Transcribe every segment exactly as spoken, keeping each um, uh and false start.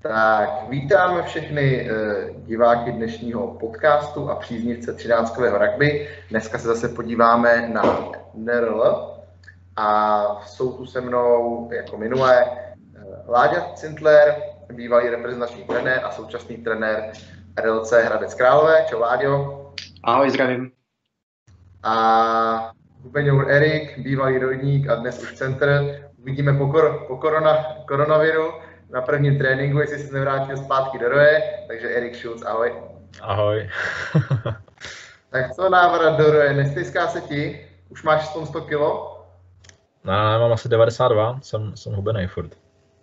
Tak vítáme všechny uh, diváky dnešního podcastu a příznivce třináctkového rugby. Dneska se zase podíváme na N R L a jsou tu se mnou jako minulé uh, Láďa Cintler, bývalý reprezentační trenér a současný trenér R L C Hradec Králové. Čau Láďo. Ahoj, zdravím. A Hubeňour Erik, bývalý rodník a dnes už center. Uvidíme po, kor- po korona, koronaviru na prvním tréninku, jestli se nevrátil zpátky do roje, takže Erik Schulz, ahoj. Ahoj. Tak co návrat do roje, nestýská se ti? Už máš sto sto kilo? Ne, mám asi devadesát dva, jsem, jsem hubenej furt.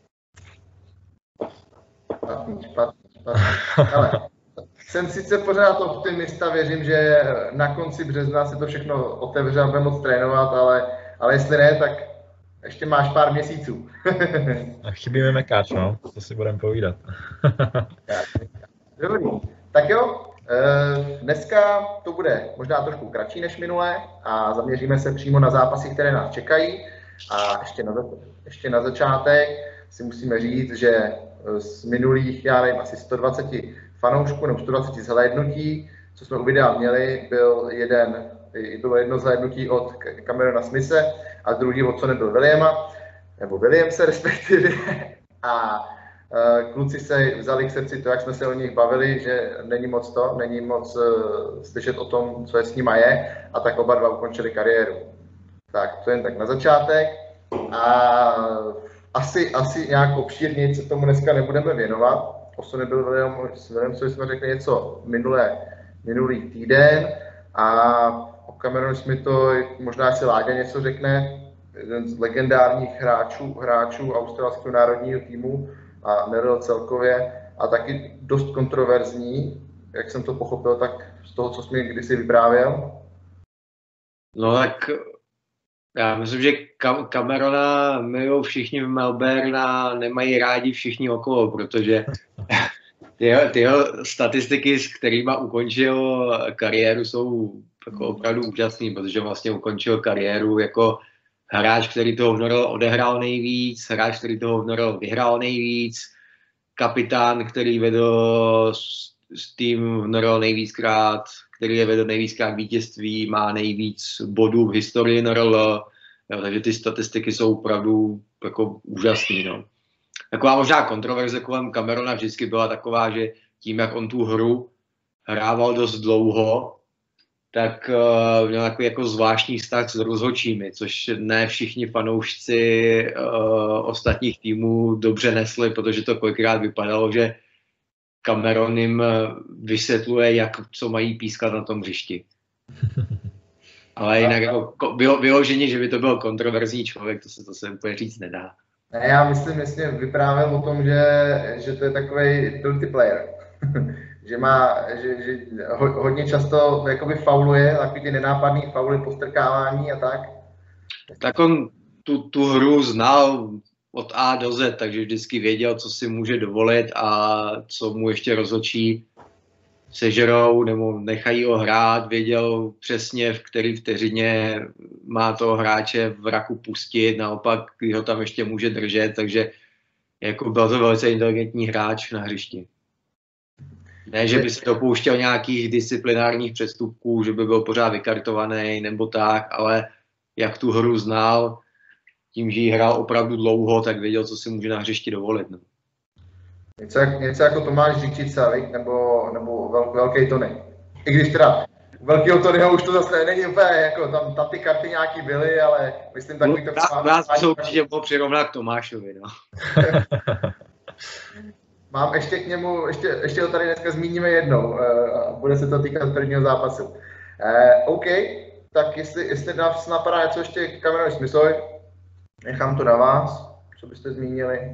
Špatný, špatný, špatný. Ale jsem sice pořád optimista, věřím, že na konci března se to všechno otevře a bude moc trénovat, ale, ale jestli ne, tak ještě máš pár měsíců. A chybí mi mekáč, no, to si budeme povídat. Dobrý. Tak jo, dneska to bude možná trošku kratší než minulé a zaměříme se přímo na zápasy, které nás čekají. A ještě na, ještě na začátek si musíme říct, že z minulých, já nevím, asi sto dvacet fanoušků nebo sto dvacet zhlédnutí, co jsme u videa měli, byl jeden, bylo jedno zhlédnutí od Camerona Smithe a druhý od Sonny Bill Williama, nebo Williamse respektive. A uh, kluci se vzali k srdci to, jak jsme se o nich bavili, že není moc to, není moc uh, slyšet o tom, co je s nima je, a tak oba dva ukončili kariéru. Tak to jen tak na začátek. A asi, asi nějak obšírně se tomu dneska nebudeme věnovat. O Sonny Bill Williamsovi jsme řekli něco minulé, minulý týden a o Cameronu Smithovi možná si Láďa něco řekne, jeden z legendárních hráčů, hráčů australského národního týmu a N R L celkově a taky dost kontroverzní, jak jsem to pochopil, tak z toho, co jsi mi kdysi vyprávěl. No tak já myslím, že Camerona milují všichni v Melbourne a nemají rádi všichni okolo, protože ty jeho, ty jeho statistiky, s kterými ukončil kariéru, jsou jako opravdu úžasný, protože vlastně ukončil kariéru jako hráč, který toho v N R L odehrál nejvíc, hráč, který toho v N R L vyhrál nejvíc, kapitán, který vedl s, s tým v N R L nejvíckrát, který je vedl nejvíckrát vítězství, má nejvíc bodů v historii N R L, jo, takže ty statistiky jsou opravdu jako úžasný. No. Taková možná kontroverze kolem Camerona vždycky byla taková, že tím, jak on tu hru hrával dost dlouho, tak uh, měl takový jako zvláštní vztah s rozhodčími, což ne všichni fanoušci uh, ostatních týmů dobře nesli, protože to kolikrát vypadalo, že Cameron jim vysvětluje, jak co mají pískat na tom hřišti. Ale jinak jako bylo vyloženě, že by to byl kontroverzní člověk, to se to se úplně říct nedá. Ne, já myslím, myslím vyprávěl o tom, že, že to je takový dirty player. že má, že, že hodně často jakoby fauluje, takový ty nenápadný fauly, postrkávání a tak. Tak on tu, tu hru znal od A do Z, takže vždycky věděl, co si může dovolit a co mu ještě rozhodčí sežerou nebo nechají ho hrát, věděl přesně, v který vteřině má toho hráče v raku pustit, naopak, když ho tam ještě může držet, takže jako byl to velice inteligentní hráč na hřišti. Ne, že by se dopouštěl nějakých disciplinárních přestupků, že by byl pořád vykartovaný nebo tak, ale jak tu hru znal, tím, že ji hrál opravdu dlouho, tak věděl, co si může na hřišti dovolit. No. Něco, jak, něco jako Tomáš Říčica, nebo, nebo vel, velký Tony. I když teda u velkého Tonyho už to zase není úplně, jako tam, tam ty karty nějaký byly, ale myslím takový to... No, nás by se určitě mohl přirovnat k Tomášovi, no. Mám ještě k němu, ještě, ještě ho tady dneska zmíníme jednou a bude se to týkat prvního zápasu. Uh, OK, tak jestli, jestli nás napadá něco ještě k Cameronovi Smithovi, nechám to na vás, co byste zmínili.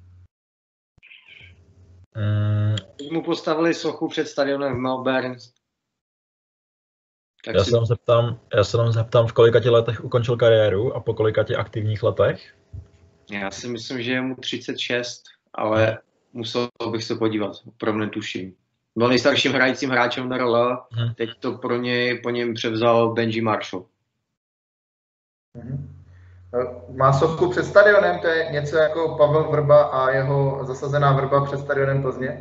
Mm. Mu postavili sochu před stadionem v Melbourne. Tak já, si... se tam zeptám, já se tam zeptám, v kolika ti letech ukončil kariéru a po kolika ti aktivních letech? Já si myslím, že je mu třicet šest, ale musel bych se podívat, opravdu netuším. Byl nejstarším hrajícím hráčem na N R L, hmm. teď to pro něj, po něm převzal Benji Marshall. Hmm. Má sochu před stadionem, to je něco jako Pavel Vrba a jeho zasazená vrba před stadionem Plzně.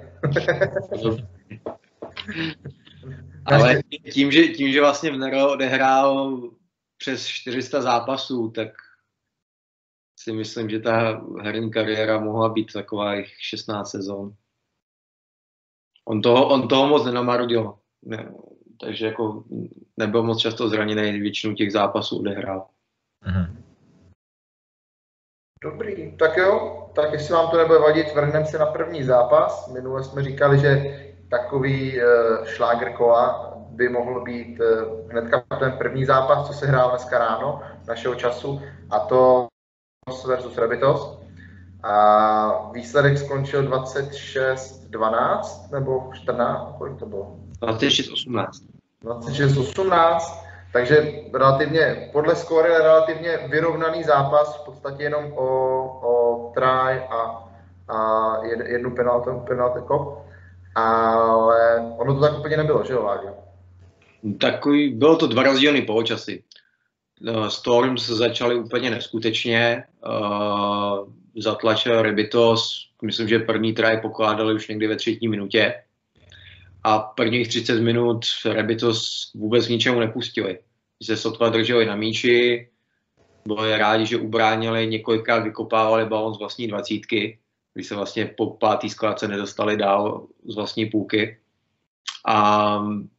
Ale tím že, tím, že vlastně v Nero odehrál přes čtyři sta zápasů, tak si myslím, že ta herní kariéra mohla být taková šestnáct sezon. On toho, on toho moc nenamarodil, ne, takže jako nebyl moc často zraněný, většinu těch zápasů odehrál. Mhm. Dobrý, tak jo, tak jestli vám to nebude vadit, vrhneme se na první zápas. Minule jsme říkali, že takový uh, šláger kola by mohl být uh, hnedka ten první zápas, co se hrál dneska ráno našeho času, a to versus Rebitos. A výsledek skončil dvacet šest dvanáct nebo čtrnáct, kolik to bylo? dvacet šest osmnáct. dvacet šest osmnáct, takže relativně, podle skóre relativně vyrovnaný zápas, v podstatě jenom o, o try a, a jednu penaltu, penalty kop, ale ono to tak úplně nebylo, že jo, Láďo? Takový, bylo to dva rozdílný poločasy. Storms začali úplně neskutečně, uh, zatlačil Rebitos, myslím, že první try pokládali už někdy ve třetí minutě a prvních třicet minut Rebitos vůbec ničemu nepustili. Se sotva drželi na míči, byli rádi, že ubránili, několikrát vykopávali balón z vlastní dvacítky, když se vlastně po pátý skládce nedostali dál z vlastní půlky. A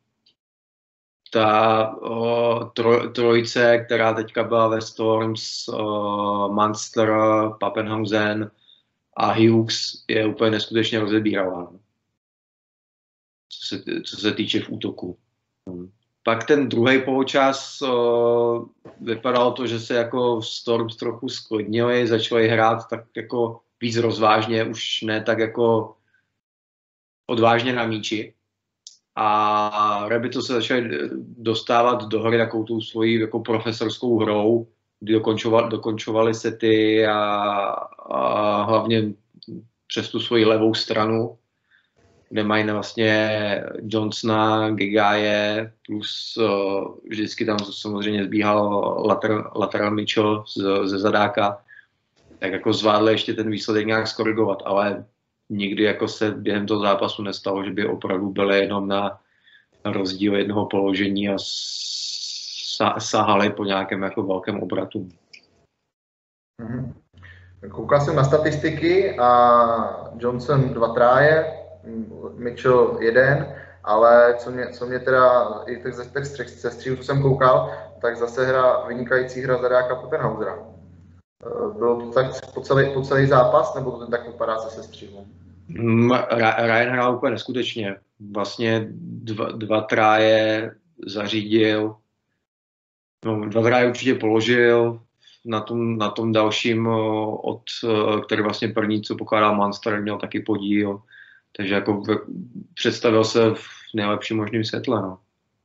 ta o, troj, trojice, která teďka byla ve Storms, o, Munster, Papenhausen a Hughes, je úplně neskutečně rozebírala, co se, co se týče v útoku. Pak ten druhý poločas o, vypadalo to, že se jako Storms trochu sklidnili, začali hrát tak jako víc rozvážně, už ne tak jako odvážně na míči. A Rebitos se začali dostávat do hry takovou tou svojí jako profesorskou hrou, kdy dokončovali, dokončovali sety a, a hlavně přes tu svoji levou stranu, kde mají vlastně Johnsona, Gigaje, plus uh, vždycky tam samozřejmě zbíhal lateral, lateral Mitchell z, ze zadáka, tak jako zvládli ještě ten výsledek nějak skorigovat, ale nikdy jako se během toho zápasu nestalo, že by opravdu byly jenom na rozdíl jednoho položení a sahali po nějakém jako velkém obratu. Mm-hmm. Koukal jsem na statistiky a Johnson dva tráje, Mitchell jeden, ale co mě, co mě teda, i tak ze těch střihů, co jsem koukal, tak zase hra, vynikající hra zadáka Papenhausera. Bylo to tak po celý, po celý zápas, nebo to tak vypadá se střihů? Ryan hrál úplně neskutečně. Vlastně dva, dva tráje zařídil, no, dva tráje určitě položil, na tom, na tom dalším, od, který vlastně první, co pokládal Munster, měl taky podíl. Takže jako představil se v nejlepším možným světle. No.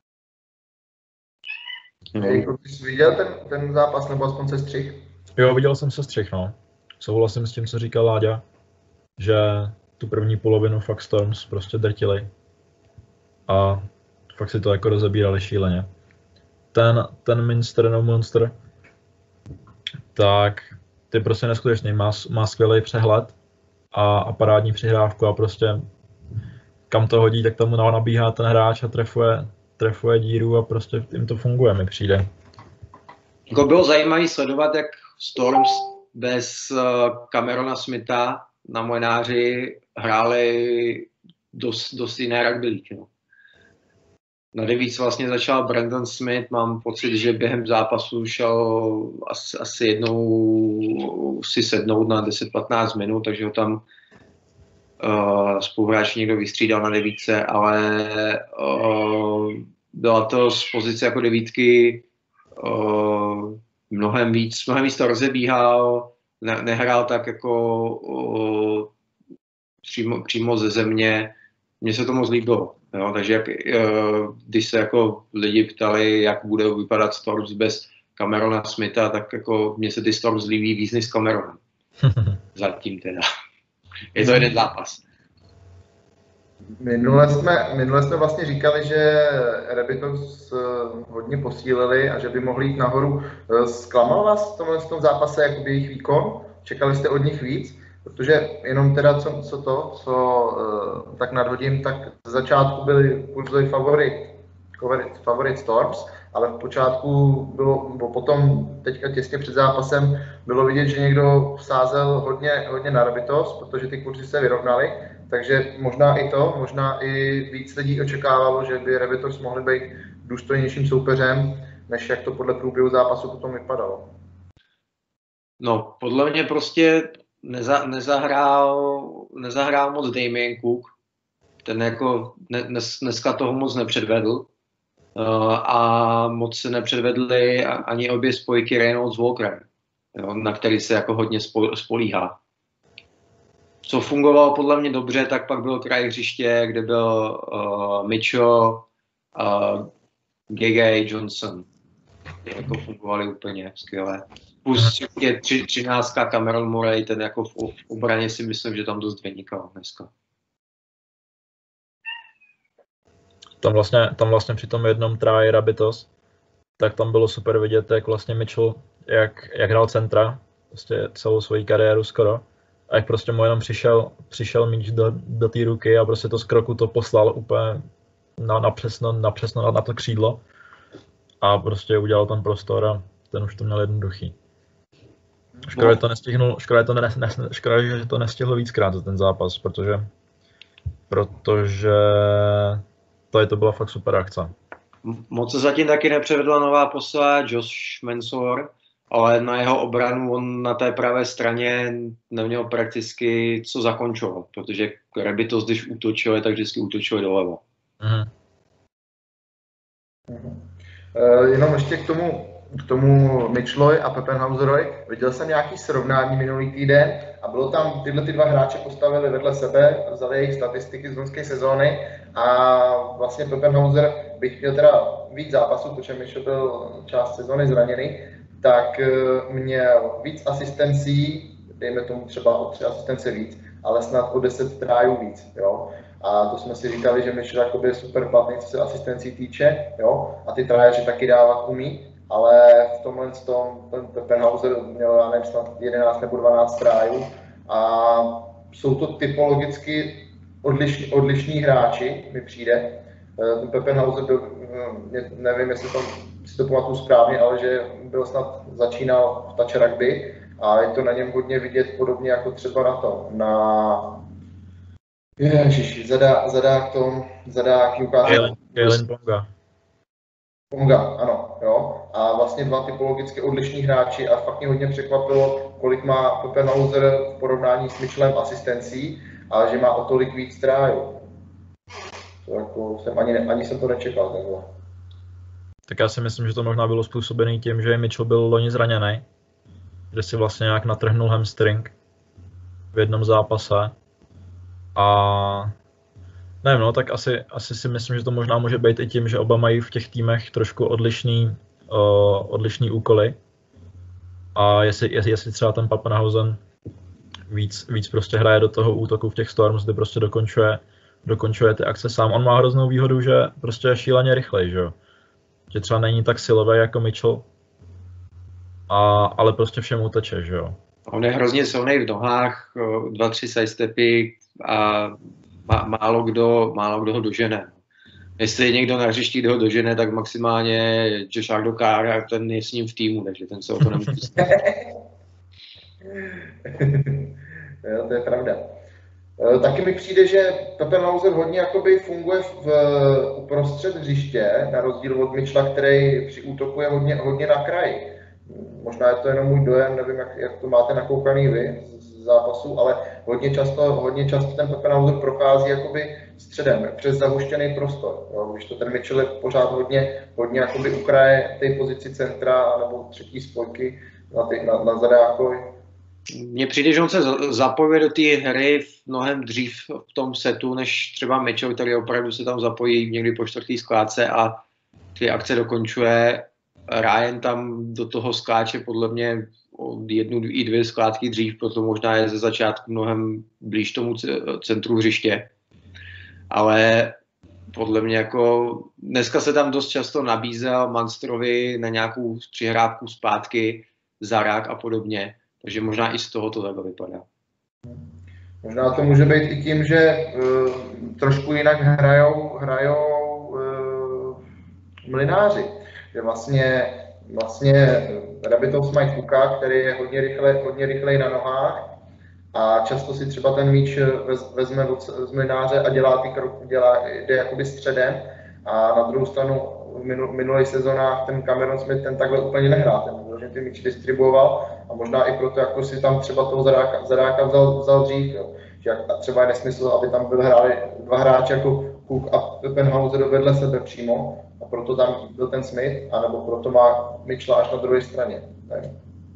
No. Jako jsi viděl ten, ten zápas, nebo aspoň se střih? Jo, viděl jsem se střih, no. Souhlasím s tím, co říkal Láďa, že tu první polovinu fakt Storms prostě drtili. A fakt si to jako rozebírali šíleně. Ten, ten Minster, no Monster, tak ty prostě neskutečný, má, má skvělý přehled a, a parádní přihrávku a prostě kam to hodí, tak tomu nabíhá ten hráč a trefuje, trefuje díru a prostě jim to funguje, mi přijde. Jako bylo zajímavé sledovat, jak Storms bez uh, Camerona Smitha na Mlynáři hráli dost, dost jiné rugby league. No. Navíc vlastně začal Brandon Smith, mám pocit, že během zápasu šel asi, asi jednou si sednout na deset patnáct minut, takže ho tam uh, spoluhráč někdo vystřídal na devítce, ale uh, byla to z pozice jako devítky uh, mnohem víc, mnohem víc to rozebíhal, ne, nehrál tak jako uh, přímo, přímo ze země, mně se to moc líbilo. Jo, takže jak, když se jako lidi ptali, jak bude vypadat Storms bez Camerona Smitha, tak jako mně se ty Storms líbí víc než s Cameronem. Zatím teda. Je to jeden zápas. Minule jsme, minule jsme vlastně říkali, že Rabbitohs hodně posílili a že by mohli jít nahoru. Zklamal vás v tomhle v tom zápase jakoby jejich výkon? Čekali jste od nich víc? Protože jenom teda co, co to, co uh, tak nadhodím, tak z začátku byli kurzový favorit, favorit Storms, ale v počátku bylo, bo potom teďka těsně před zápasem bylo vidět, že někdo vsázel hodně, hodně na Rabbitohs, protože ty kurzy se vyrovnaly, takže možná i to, možná i víc lidí očekávalo, že by Rabbitohs mohli být důstojnějším soupeřem, než jak to podle průběhu zápasu potom vypadalo. No, podle mě prostě neza, nezahrál, nezahrál moc Damien Cook. Ten jako dnes, dneska toho moc nepředvedl. Uh, a moc se nepředvedly ani obě spojky Reynolds Walker, jo, na který se jako hodně spolíhá. Co fungovalo podle mě dobře, tak pak byl kraj hřiště, kde byl uh, Mitchell, uh, G G Johnson. Jako fungovali úplně skvěle. Plus je třináctka Cameron Murray, ten jako v, v obraně si myslím, že tam dost vynikal dneska. Tam vlastně, tam vlastně při tom jednom try Rabbitohs, tak tam bylo super vidět, jak vlastně Mitchell, jak, jak hrál centra, prostě celou svoji kariéru skoro, a jak prostě mu jenom přišel, přišel míč do, do té ruky a prostě to z kroku to poslal úplně na, na přesno, na, přesno na, na to křídlo a prostě udělal tam prostor a ten už to měl jednoduchý. Škoda, že to nestihnul, škoda, to ne, ne, škoda, že to nestihl víckrát za ten zápas, protože, protože tady to byla fakt super akce. Moc se zatím taky nepřevedla nová posila Josh Mansour, ale na jeho obranu on na té pravé straně neměl prakticky co zakončovat, protože Rabbitohs, když útočili, tak vždycky útočili doleva. Mhm. Mhm. Uh, jenom ještě k tomu, k tomu Mitchellovi a Peppenhauserovi. Viděl jsem nějaký srovnání minulý týden a bylo tam, tyhle ty dva hráče postavili vedle sebe, vzali jejich statistiky z loňské sezóny a vlastně Peppenhauser, bych chtěl teda víc zápasů, protože Mitchell byl část sezóny zraněný, tak měl víc asistencí, dejme tomu třeba o tři asistence víc, ale snad o deset trájů víc, jo. A to jsme si říkali, že Mitchell jakoby je super platný, co se asistencí týče, jo, a ty trájaři taky dávat umí, ale v tomhle tom ten Peppenhauser měl, já nevím, snad jedenáct nebo dvanáct trájů a jsou to typologicky odlišní, odlišní hráči, mi přijde. Ten Peppenhauser byl, nevím, jestli to, si to pamatuju správně, ale že byl snad, začínal v touch rugby a je to na něm hodně vidět podobně jako třeba na tom, na Ježiši, zadá, zadák tom, zadák Newcastle. Kalen Ponga. Ponga, ano, jo. A vlastně dva typologicky odlišní hráči a fakt mě hodně překvapilo, kolik má Peppenhauser v porovnání s Mitchellem asistencí, ale že má o tolik víc trájů. To jako jsem ani, ne, ani jsem to nečekal takhle. Tak já si myslím, že to možná bylo způsobený tím, že Mitchell byl loni zraněný, že si vlastně nějak natrhnul hamstring v jednom zápase. A nevím, no, tak asi, asi si myslím, že to možná může být i tím, že oba mají v těch týmech trošku odlišný, uh, odlišný úkoly. A jestli, jestli třeba ten Pappenhausen víc, víc prostě hraje do toho útoku v těch Storms, kde prostě dokončuje, dokončuje ty akce sám. On má hroznou výhodu, že prostě je šíleně rychlej, že jo. Že třeba není tak silový jako Mitchell, a, ale prostě všemu teče, že jo. On je hrozně silný v nohách, dva, tři sidestepy a má, málo, kdo, málo kdo ho dožene. Jestli je někdo na hřišti, kdo ho dožene, tak maximálně Josh Ardokar a ten je s ním v týmu, takže ten se o to nemůže stát. Jo, to je pravda. Taky mi přijde, že Peppenhauser hodně jakoby funguje v, uprostřed hřiště, na rozdíl od Mitchella, který při útoku je hodně, hodně na kraji. Možná je to jenom můj dojem, nevím, jak, jak to máte nakoukaný vy z zápasu, ale hodně často, hodně často ten Peppenhauser prochází jakoby středem, přes zahuštěný prostor. Jo? Když to ten Mitchell je pořád hodně, hodně jakoby ukraje té pozici centra nebo třetí spojky na, ty, na, na zadákovi. Mně přijde, že on se zapojuje do té hry mnohem dřív v tom setu, než třeba Mitchell, který opravdu se tam zapojí někdy po čtvrtý skládce a ty akce dokončuje. Ryan tam do toho skáče podle mě o jednu i dvě skládky dřív, proto možná je ze začátku mnohem blíž tomu centru hřiště. ale podle mě jako dneska se tam dost často nabízel Manstrovi na nějakou přihrávku zpátky, Zarák a podobně, takže možná i z toho to takhle vypadá. Možná to může být i tím, že uh, trošku jinak hrajou, hrajou uh, mlynáři, že vlastně, vlastně Rabbitohs mají Kuka, který je hodně rychle, hodně rychlej na nohách a často si třeba ten míč vezme z mlynáře a dělá ty kroky, dělá, jde jakoby středem a na druhou stranu v minul, minulých sezónách ten Cameron Smith ten takhle úplně nehrál, ten že ty míč distribuoval a možná i proto, jako si tam třeba toho zadáka, zadáka vzal, vzal dřív, jo. Že a třeba je nesmysl, aby tam byl hráli dva hráči jako Cook a Penhauser vedle sebe přímo a proto tam byl ten Smith, anebo proto má Mitchella až na druhé straně. Ne?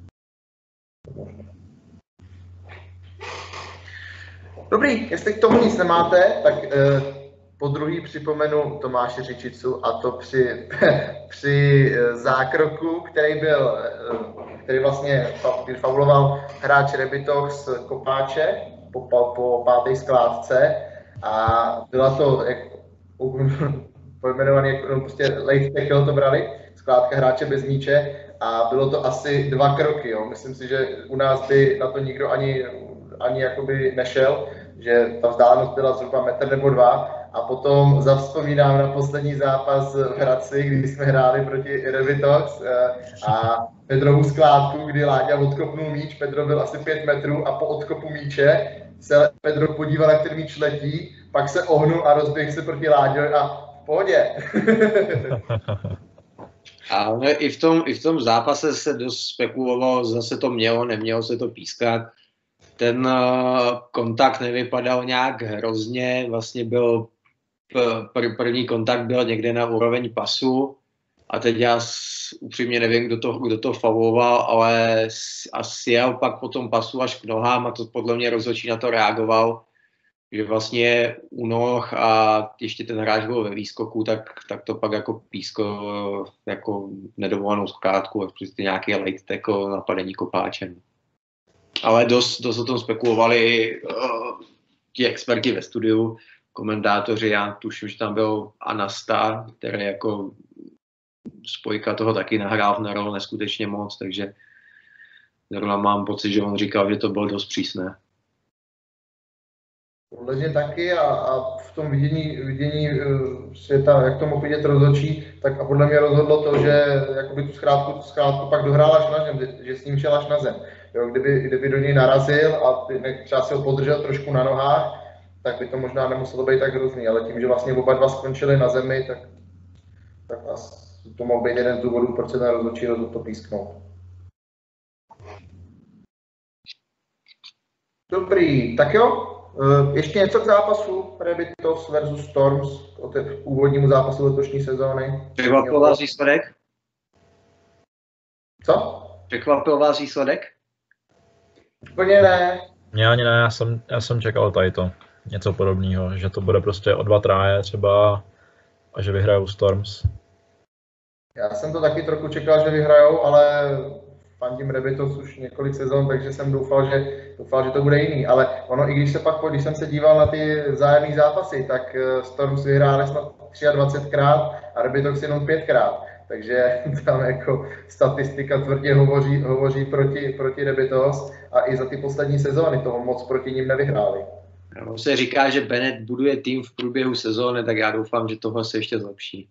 Dobrý, jestli k tomu nic nemáte, tak eh, po druhý připomenu Tomáše Řičicu a to při, při zákroku, který byl, který vlastně fauloval hráč Rabbitohs Kopáče po, po, po páté skládce a byla to jak, pojmenovaný jako no, prostě late tackle to brali, skládka hráče bez míče a bylo to asi dva kroky, jo. Myslím si, že u nás by na to nikdo ani, ani jakoby nešel, že ta vzdálenost byla zhruba metr nebo dva a potom zavzpomínám na poslední zápas v Hradci, kdy jsme hráli proti Rabbitohs a Pedrovu skládku, kdy Láďa odkopnul míč, Pedro byl asi pět metrů a po odkopu míče se Pedro podíval, jak ten míč letí, pak se ohnul a rozběhl se proti Láďovi a v pohodě. Ale i v tom, i v tom zápase se dost spekulovalo, zase to mělo, nemělo se to pískat. Ten uh, kontakt nevypadal nějak hrozně, vlastně byl pr- první kontakt byl někde na úroveň pasu a teď já upřímně nevím, kdo to, kdo to fauloval, ale asi jel pak po tom pasu až k nohám a to podle mě rozhodčí na to reagoval, že vlastně u noh a ještě ten hráč byl ve výskoku, tak, tak to pak jako písko jako nedovolenou skládku a prostě nějaký late tackle napadení Kopáčem. Ale dost, dost o tom spekulovali uh, ti experti ve studiu, komentátoři, já tuším, že tam byl Anasta, který jako spojka toho taky nahrál v Narol neskutečně moc, takže zrovna mám pocit, že on říkal, že to bylo dost přísné. Podle mě taky a, a v tom vidění, vidění uh, světa, jak to mohl vidět rozhodčí, tak a podle mě rozhodlo to, že jakoby tu zkrátku, tu zkrátku pak dohrál až na zem, že s ním šel až na zem. Jo, kdyby, kdyby do něj narazil a třeba si ho podržel trošku na nohách, tak by to možná nemuselo být tak hrozný, ale tím, že vlastně oba dva skončili na zemi, tak, tak to mohl být jeden z důvodů, proč se ten rozhodčí rozhodl to písknout. Dobrý, tak jo, ještě něco k zápasu Rabbitohs versus Storms, k úvodnímu zápasu letošní sezóny. Překvapil vás výsledek? Co? Překvapil vás výsledek? Úplně ne. Mě ani ne, já jsem, já jsem čekal tady to, něco podobného, že to bude prostě o dva tráje třeba a že vyhrajou Storms. Já jsem to taky trochu čekal, že vyhrajou, ale fandím Rabbitohs už několik sezon, takže jsem doufal, že, doufal, že to bude jiný. Ale ono, i když se pak, když jsem se díval na ty vzájemné zápasy, tak Storms vyhráli snad třiadvacetkrát a Rabbitohs jenom pětkrát. Takže tam jako statistika tvrdě hovoří, hovoří proti, proti Rabbitohs a i za ty poslední sezóny toho moc proti nim nevyhráli. No, se říká, že Bennett buduje tým v průběhu sezóny, tak já doufám, že tohle se ještě zlepší.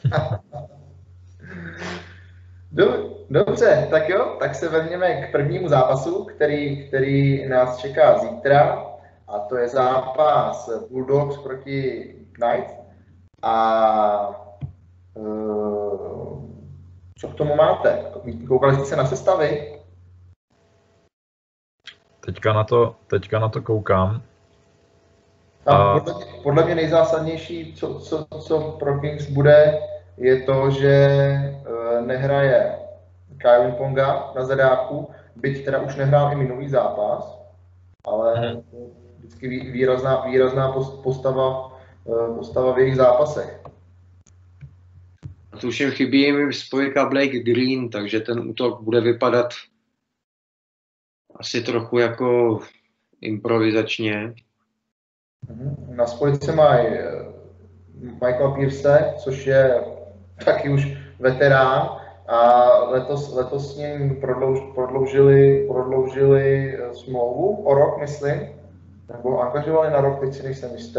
Dobře, tak jo, tak se vezměme k prvnímu zápasu, který, který nás čeká zítra, a to je zápas Bulldogs proti Knights. A uh, co k tomu máte? Koukali jste se na sestavy? Teďka na to, teďka na to koukám. A podle, mě, podle mě nejzásadnější, co, co, co pro Kings bude, je to, že uh, nehraje Kyle Ponga na zadáku, byť teda už nehrál i minulý zápas, ale hmm. vždycky výrazná, výrazná postava, uh, postava v jejich zápasech. Tuším, chybí jim spojka Blake Green, takže ten útok bude vypadat asi trochu jako improvizačně. Na spojce mají Michael Pierce, což je taky už veterán, a letos, letos s ním prodlouž, prodloužili, prodloužili smlouvu o rok, myslím, nebo angažovali na rok, teď si nejsem jistý,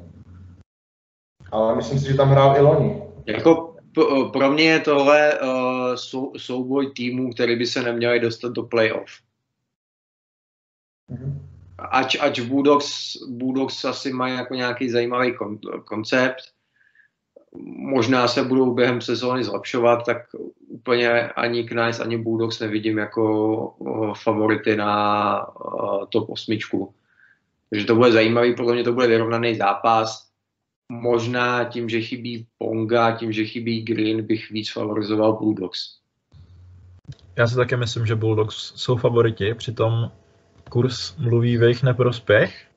ale myslím si, že tam hrál i loni. Jako pro mě je tohle uh, sou, souboj týmů, který by se neměli dostat do playoff. Mm-hmm. Ač, ač Bulldogs, Bulldogs asi mají jako nějaký zajímavý kon, koncept, možná se budou během sezóny zlepšovat, tak úplně ani Knights, ani Bulldogs nevidím jako uh, favority na uh, top osmičku. Takže to bude zajímavý, podle mě to bude vyrovnaný zápas. Možná tím, že chybí Ponga, tím, že chybí Green, bych víc favorizoval Bulldogs. Já si také myslím, že Bulldogs jsou favoriti, přitom kurz mluví v jejich neprospěch.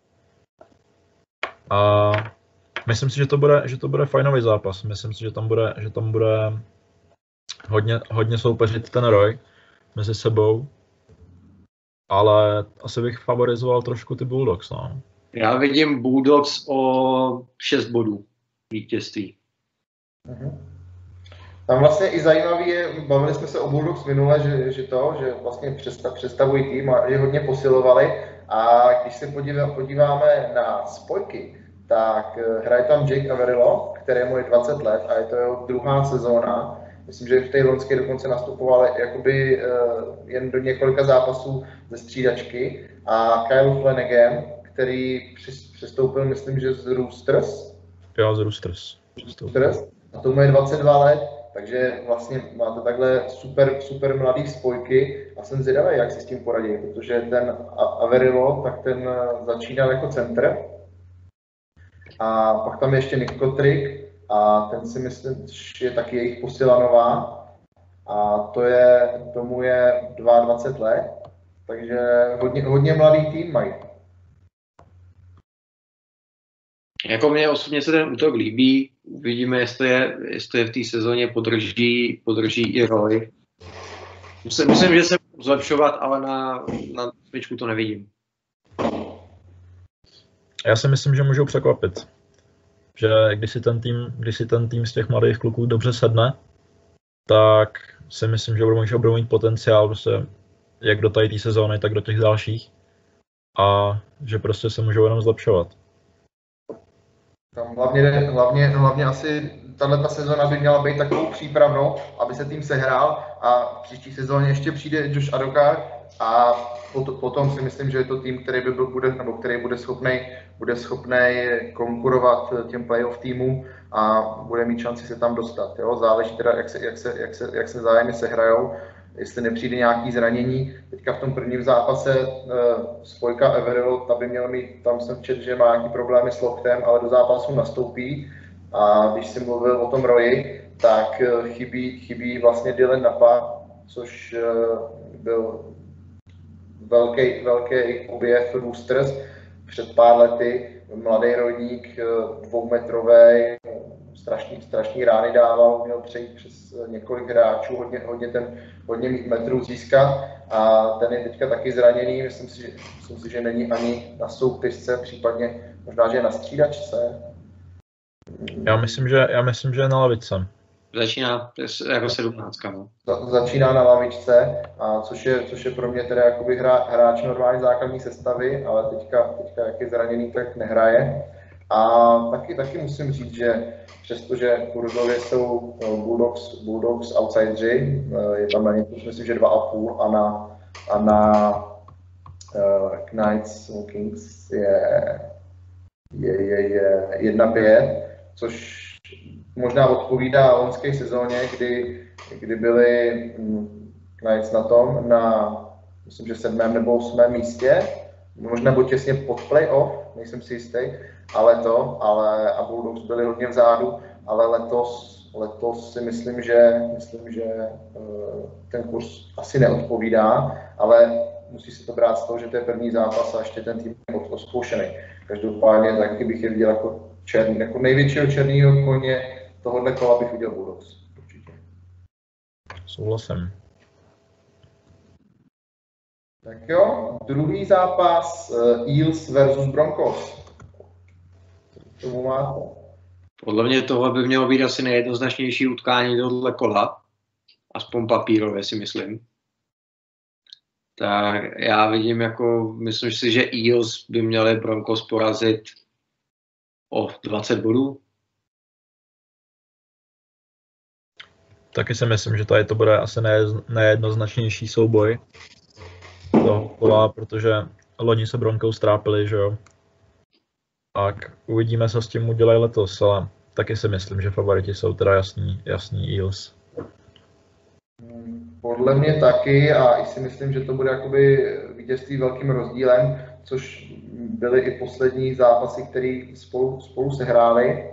A myslím si, že to bude, že to bude fajnový zápas. Myslím si, že tam bude, že tam bude hodně, hodně soupeřit ten Roy mezi sebou. Ale asi bych favorizoval trošku ty Bulldogs, no. Já vidím Bulldogs o šest bodů vítězství. Mm-hmm. Tam vlastně i zajímavý je, bavili jsme se o Bulldogs minule, že, že to, že vlastně představ, představují tým a je hodně posilovali. A když se podívá, podíváme na spojky, tak hraje tam Jake Averillo, který mu je dvacet let a je to jeho druhá sezóna. Myslím, že v té loňské dokonce nastupoval jakoby uh, jen do několika zápasů ze střídačky. A Kyle Flanagan, který přestoupil, myslím, že z Roosters. Jo, z Roosters. Roosters. A tomu je dvacet dva let, takže vlastně máte takhle super, super mladý spojky a jsem zvědavý, jak si s tím poradí, protože ten Averillo, tak ten začínal jako center. A pak tam je ještě Nick Kotrick a ten si myslím, že je taky jejich posila nová. A to je, tomu je dvacet dva let, takže hodně, hodně mladý tým mají. Jako mně osobně se ten útok líbí, uvidíme, jestli je, jestli je v té sezóně podrží, podrží i Roy. Myslím, myslím, že se budou zlepšovat, ale na, na smyčku to nevidím. Já si myslím, že můžou překvapit. Že když si ten tým, když si ten tým z těch mladých kluků dobře sedne, tak si myslím, že budou, že budou mít potenciál prostě jak do té sezóny, tak do těch dalších. A že prostě se můžou jenom zlepšovat. Tam hlavně, hlavně, hlavně asi tato sezóna by měla být takovou přípravnou, aby se tým sehrál a v příští sezóně ještě přijde Josh Adokar a potom si myslím, že je to tým, který by byl, bude, nebo který bude schopný bude schopný konkurovat těm playoff týmům a bude mít šanci se tam dostat. Jo? Záleží teda, jak se, jak se, jak se, jak se zájemně sehrajou, jestli nepřijde nějaký zranění. Teďka v tom prvním zápase uh, spojka Averillo, ta by měla mít, tam jsem četl, že má nějaký problémy s loktem, ale do zápasu nastoupí. A když jsem mluvil o tom Royi, tak uh, chybí, chybí vlastně Dylan Napa, což uh, byl velký, velký objev Roosters před pár lety. Mladý rodník, dvoumetrový, strašný, strašný rány dával, měl přejít přes několik hráčů, hodně, hodně, ten, hodně metrů získat a ten je teďka taky zraněný, myslím si, že, myslím si, že není ani na soupisce, případně možná, že je na střídačce. Já myslím, že, já myslím, že je na lavičce. Začíná jako sedmnáctka, no. Začíná na lavičce, a což, je, což je pro mě teda jakoby hra, hráč normální základní sestavy, ale teďka, teďka jak je zraněný, tak nehraje. A taky, taky musím říct, že přestože kurzově jsou Bulldogs, Bulldogs outsideri, je tam na něco, myslím, že dva a půl a na, a na uh, Knights Kings je, je, je, je jedna pět, což možná odpovídá loňské sezóně, kdy, kdy byli Knights na tom, na myslím, že sedmém nebo osmém místě, možná nebo těsně pod playoff, nejsem si jistý, ale to, ale a Bulldogs byli hodně vzadu, ale letos, letos si myslím, že, myslím, že ten kurz asi neodpovídá, ale musí se to brát z toho, že to je první zápas a ještě ten tým je odzkoušený. Každopádně taky bych je viděl jako černý, jako největšího černého koně tohohle kola bych viděl Bulldogs, určitě. Souhlasím. Tak jo, druhý zápas uh, Eels versus Broncos. tomu máte. Podle mě tohle by mělo být asi nejjednoznačnější utkání tohle kola. Aspoň papírově si myslím. Tak já vidím jako, myslím si, že Eagles by měli Broncos porazit o dvacet bodů. Taky si myslím, že tady to bude asi nejjednoznačnější souboj toho kola, protože loni se Broncos strápili, že jo. Tak uvidíme, co s tím udělají letos, ale taky si myslím, že favoriti jsou teda jasný, jasný Eagles. Podle mě taky a i si myslím, že to bude jakoby vítězství velkým rozdílem, což byly i poslední zápasy, které spolu, spolu sehráli.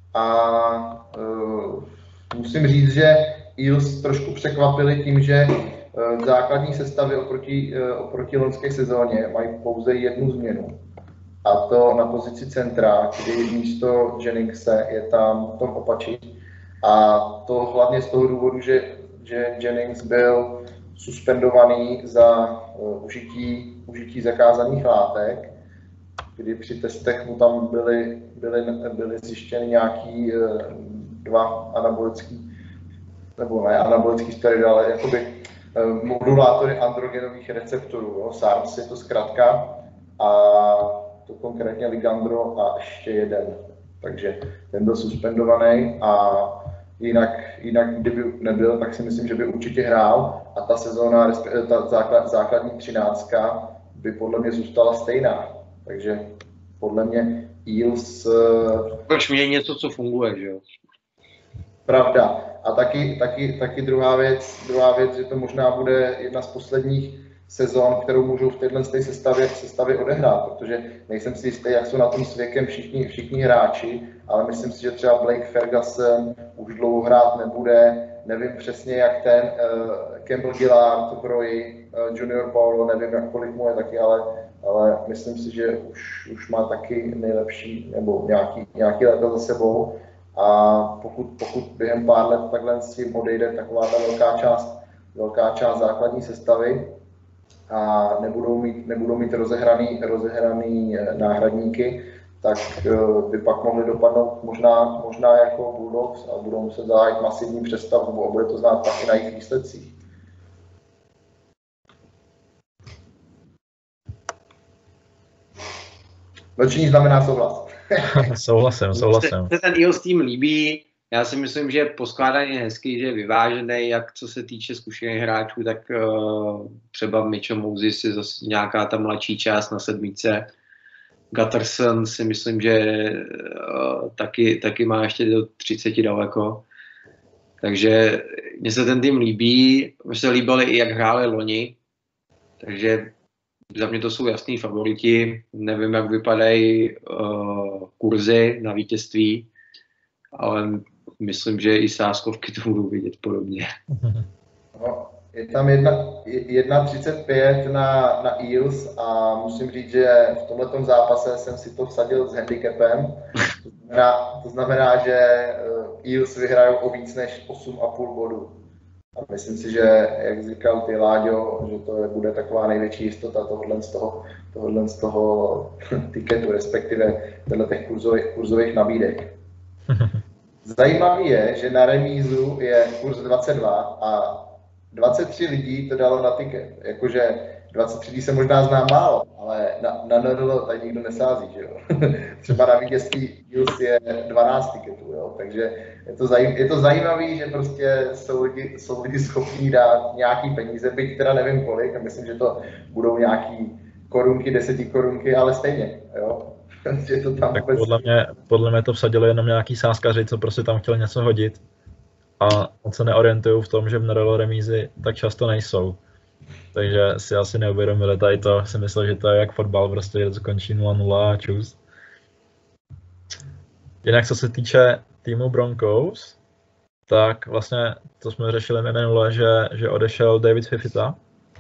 A uh, musím říct, že Eagles trošku překvapili tím, že uh, základní sestavy oproti, uh, oproti loňské sezóně mají pouze jednu změnu. A to na pozici centra, kdy místo Jenningse je tam Tom Opačič. A to hlavně z toho důvodu, že, že Jennings byl suspendovaný za uh, užití, užití zakázaných látek, kdy při testech mu tam byly, byly, byly zjištěny nějaký uh, dva anabolický, nebo ne anabolický steroidy, ale jakoby uh, modulátory androgenových receptorů, jo, S A R S je to zkrátka, a to konkrétně Ligandro a ještě jeden. Takže ten byl suspendovaný a jinak, jinak kdyby nebyl, tak si myslím, že by určitě hrál a ta sezóna, ta základ, základní třináctka by podle mě zůstala stejná. Takže podle mě Eagles... Proč mě něco, co funguje, že jo? Pravda. A taky, taky, taky druhá věc, druhá věc, že to možná bude jedna z posledních sezon, kterou můžou v této sestavě, sestavě odehrát, protože nejsem si jistý, jak jsou na tom s věkem všichni, všichni hráči, ale myslím si, že třeba Blake Ferguson už dlouho hrát nebude, nevím přesně, jak ten uh, Campbell Gillard, Roy, uh, Junior Paulo, nevím, jak kolik mu je taky, ale, ale myslím si, že už, už má taky nejlepší, nebo nějaký, nějaký léta za sebou a pokud, pokud během pár let takhle s tím odejde taková ta velká část, velká část základní sestavy, a nebudou mít, nebudou mít rozehraný, rozehraný náhradníky, tak by pak mohli dopadnout možná, možná jako Bulldogs a budou muset zahájit masivní přestavbu a bude to znát taky na jejich výsledcích. Noční znamená souhlas. Souhlasím, souhlasím. Mně se ten Eagles tým líbí. Já si myslím, že poskládaný je hezký, že je vyvážený, jak co se týče zkušených hráčů, tak uh, třeba Mitchell Moses je zase nějaká ta mladší část na sedmičce. Gutterson si myslím, že uh, taky, taky má ještě do třiceti daleko. Takže mně se ten tým líbí, mně se líbili i jak hráli loni, takže za mě to jsou jasný favoriti. Nevím, jak vypadají uh, kurzy na vítězství, ale myslím, že i sázkovky to budou vidět podobně. No, je tam jedna třicet pět na, na Eagles a musím říct, že v tomhletom zápase jsem si to vsadil s handicapem. To znamená, to znamená že Eagles vyhrajou o víc než osm a půl bodu. A myslím si, že, jak říkal ty Láďo, že to bude taková největší jistota tohohle z toho, tohohle z toho tiketu, respektive těch kurzových, kurzových nabídek. Zajímavé je, že na remízu je kurz dvacet dva a dvacet tři lidí to dalo na tiket. Jakože dvacet tři lidí se možná zná málo, ale na, na N R L tady nikdo nesází, že jo. Třeba na vítězství Eagles je dvanáct tiketů, jo. Takže je to, zajím, je to zajímavé, že prostě jsou lidi, jsou lidi schopní dát nějaký peníze, byť teda nevím kolik, a myslím, že to budou nějaký korunky, deseti korunky, ale stejně, jo. To tam tak podle mě, podle mě to vsadili jenom nějaký sázkaři, co prostě tam chtěli něco hodit a on se neorientují v tom, že v N R L remízy tak často nejsou. Takže si asi neuvědomili tady to, si myslel, že to je jak fotbal, prostě to končí nula nula a čus. Jinak co se týče týmu Broncos, tak vlastně to jsme řešili minule, že, že odešel David Fifita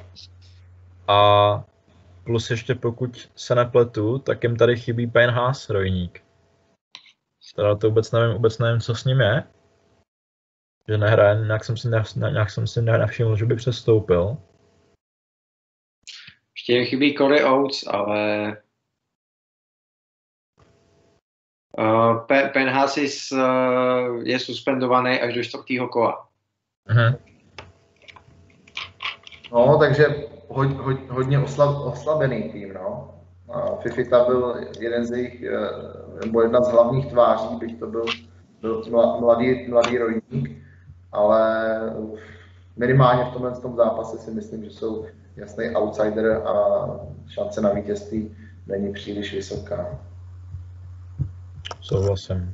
a plus ještě pokud se nepletu, tak jim tady chybí Payne Haas, rojník. Teda to vůbec nevím, vůbec nevím, co s ním je. Že nehraje, nějak jsem si, ne, nějak jsem si nevšiml, že by přestoupil. Ještě jim chybí Corey Oates, ale Uh, Penhasis uh, je suspendovaný až do čtvrtého kola. Mhm. No, takže ho, ho, hodně oslab, oslabený tým, no. A Fifita byl jeden z jejich, nebo jedna z hlavních tváří, byť to byl, byl mladý, mladý rojník, ale minimálně v tomhle tom zápase si myslím, že jsou jasný outsider a šance na vítězství není příliš vysoká. Souhlasím.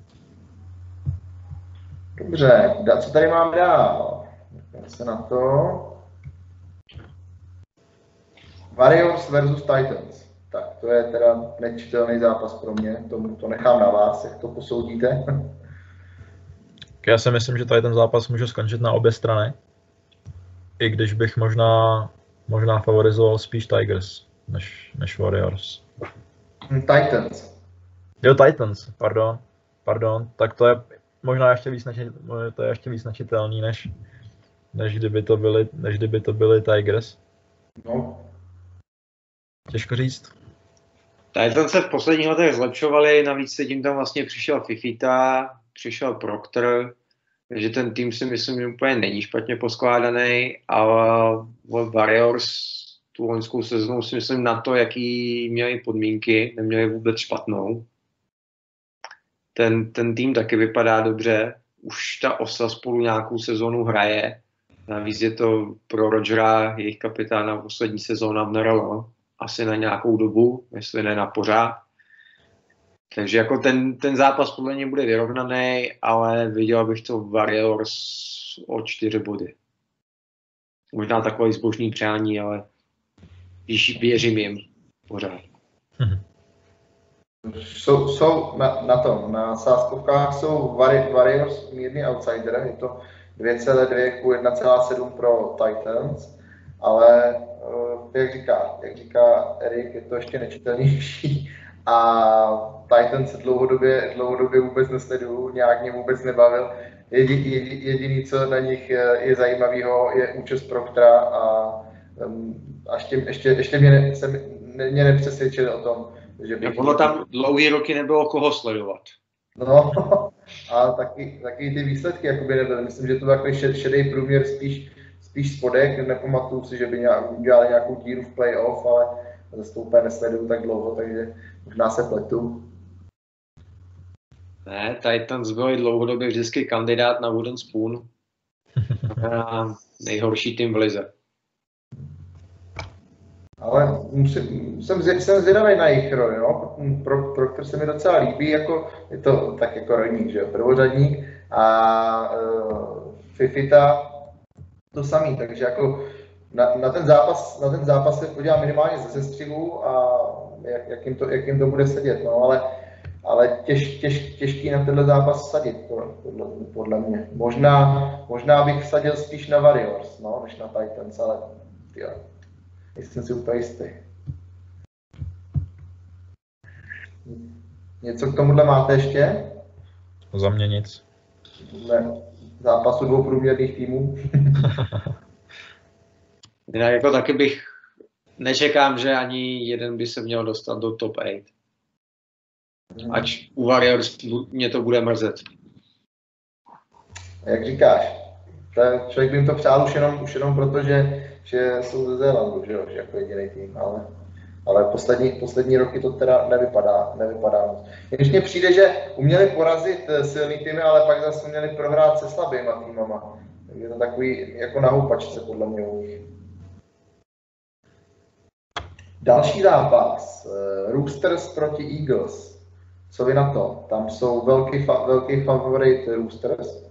Dobře, co tady máme dál? Jdeme se na to. Warriors versus Titans. Tak to je teda nečitelný zápas pro mě, to, to nechám na vás, jak to posoudíte. Já si myslím, že tady ten zápas může skončit na obě strany. I když bych možná, možná favorizoval spíš Tigers než, než Warriors. Titans. Jo, Titans, pardon. Pardon, tak to je možná ještě víc, načit, to je ještě víc načitelný, než, než, kdyby to byly, než kdyby to byly Tigers. No. Těžko říct. Titans se v posledních letech zlepšovali, navíc se tím tam vlastně přišel Fifita, přišel Proctor, takže ten tým si myslím, že úplně není špatně poskládaný, ale Warriors tu loňskou sezónu si myslím na to, jaký měli podmínky, neměli vůbec špatnou. Ten, ten tým taky vypadá dobře, už ta osa spolu nějakou sezónu hraje, navíc je to pro Rodgera, jejich kapitána, poslední sezóna v N R L, asi na nějakou dobu, jestli ne na pořád. Takže jako ten, ten zápas podle mě bude vyrovnaný, ale viděl bych to Warriors o čtyři body. Možná takový zbožný přání, ale když věřím jim pořád. Mhm. Jsou, jsou na, na tom, na sázkovkách jsou Warriors mírný outsider, je to dvě celá dvě ku jedna celá sedm pro Titans, ale jak říká, jak říká Erik, je to ještě nečitelnější a Titans dlouhodobě, dlouhodobě vůbec nesleduju, nějak mě vůbec nebavil. Jedi, jedi, jediný, co na nich je, je zajímavého, je účast Proctora a, a ještě, ještě, ještě mě, ne, se, mě nepřesvědčil o tom, že bych... Ono tam dlouhý roky nebylo koho sledovat. No, a taky, taky ty výsledky jakoby nebyly. Myslím, že to byl takový šedý průměr spíš, spíš spodek. Nepamatuju si, že by nějak, udělali nějakou díru v playoff, ale zase to úplně nesleduju tak dlouho, takže možná se pletu. Ne, Titans byli dlouhodobě vždycky kandidát na Wooden Spoon. A nejhorší tým v lize. Ale musím, jsem, jsem zvědavý na jejich roli, no. Pro, pro který se mi docela líbí, jako, je to tak jako rodník, že jo, prvořadník a uh, Fifita to samý, takže jako na, na, ten zápas, na ten zápas se podívám minimálně ze sestřihu a jak, jak, jim to, jak jim to bude sedět, no, ale, ale těž, těž, těžký na tenhle zápas sadit, podle, podle mě. Možná, možná bych vsadil spíš na Warriors, no, než na Titans, ale tyjo. Jsem si úplně jistý. Něco k tomuhle máte ještě? Za mě nic. Ne, zápasu dvou průměrných týmů. Jinak jako taky bych nečekám, že ani jeden by se měl dostat do top osm. Ač u Warriors mě to bude mrzet. Jak říkáš, člověk by jim to přál už jenom, už jenom proto, že, že jsou ze Zélandu, že jo, že jako jediný tým, ale, ale poslední, poslední roky to teda nevypadá, nevypadá moc. Když mně přijde, že uměli porazit silný týmy, ale pak zase uměli prohrát se slabýma týmama. Je to takový jako na houpačce podle mě u nich. Další zápas, Roosters proti Eagles. Co vy na to? Tam jsou velký, fa- velký favorit Roosters.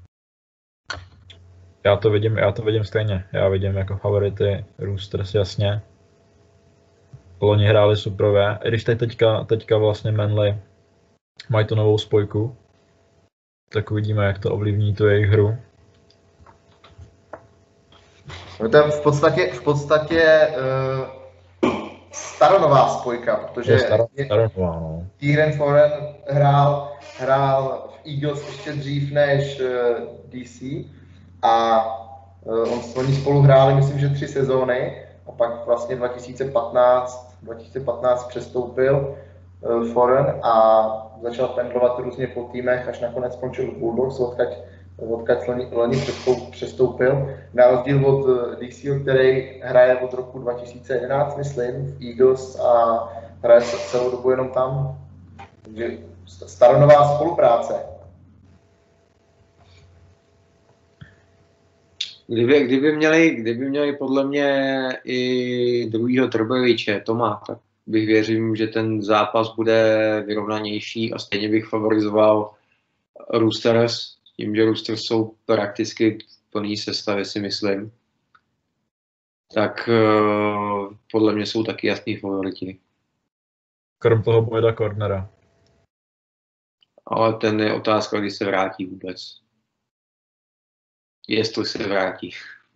Já to vidím, já to vidím stejně. Já vidím jako favority Roosters, jasně. Loni hráli superové. I když teď teďka, teďka vlastně Manly mají tu novou spojku, tak uvidíme, jak to ovlivní tu jejich hru. To je v podstatě, v podstatě uh, staronová spojka, protože je staro, staronová, no. Kieran Foran hrál, hrál v Eagles ještě dřív než uh, D C a uh, on, oni spolu hráli, myslím, že tři sezóny a pak vlastně dva tisíce patnáct přestoupil uh, Foran a začal pendlovat různě po týmech, až nakonec skončil v Bulldogs, odkaď, odkaď loni, loni přestoupil. Na rozdíl od D C, který hraje od roku dva tisíce jedenáct, myslím, v Eagles a hraje celou dobu jenom tam. Takže staronová spolupráce. Kdyby, kdyby, měli, kdyby měli podle mě i druhýho Trbojeviče, Toma, tak bych věřím, že ten zápas bude vyrovnanější a stejně bych favorizoval Roosters, tím, že Roosters jsou prakticky v plný sestavě, si myslím. Tak uh, podle mě jsou taky jasný favoriti. Krom toho Boyda Cornera. Ale ten je otázka, kdy se vrátí vůbec. Jestli se vrátí.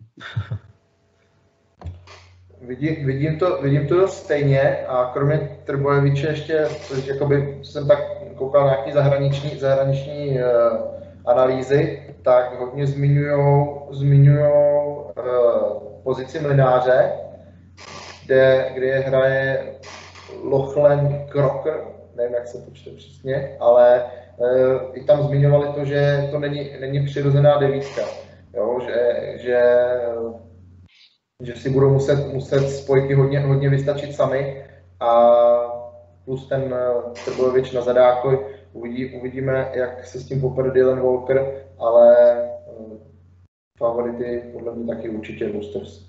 Vidím, vidím, to, vidím to dost stejně a kromě Trbojeviče ještě, což jakoby jsem tak koukal na nějaký zahraniční, zahraniční uh, analýzy, tak hodně zmiňujou zmiňujou, uh, pozici mlynáře, kde, kde hraje Lachlan Croker, nevím, jak se to čte přesně, ale uh, i tam zmiňovali to, že to není, není přirozená devítka, jo, že, že že si budou muset, muset spojky hodně, hodně vystačit sami a plus ten Trbojevič na zadáku, uvidí, uvidíme, jak se s tím popere Dylan Walker, ale uh, favority podle mě taky určitě Roosters.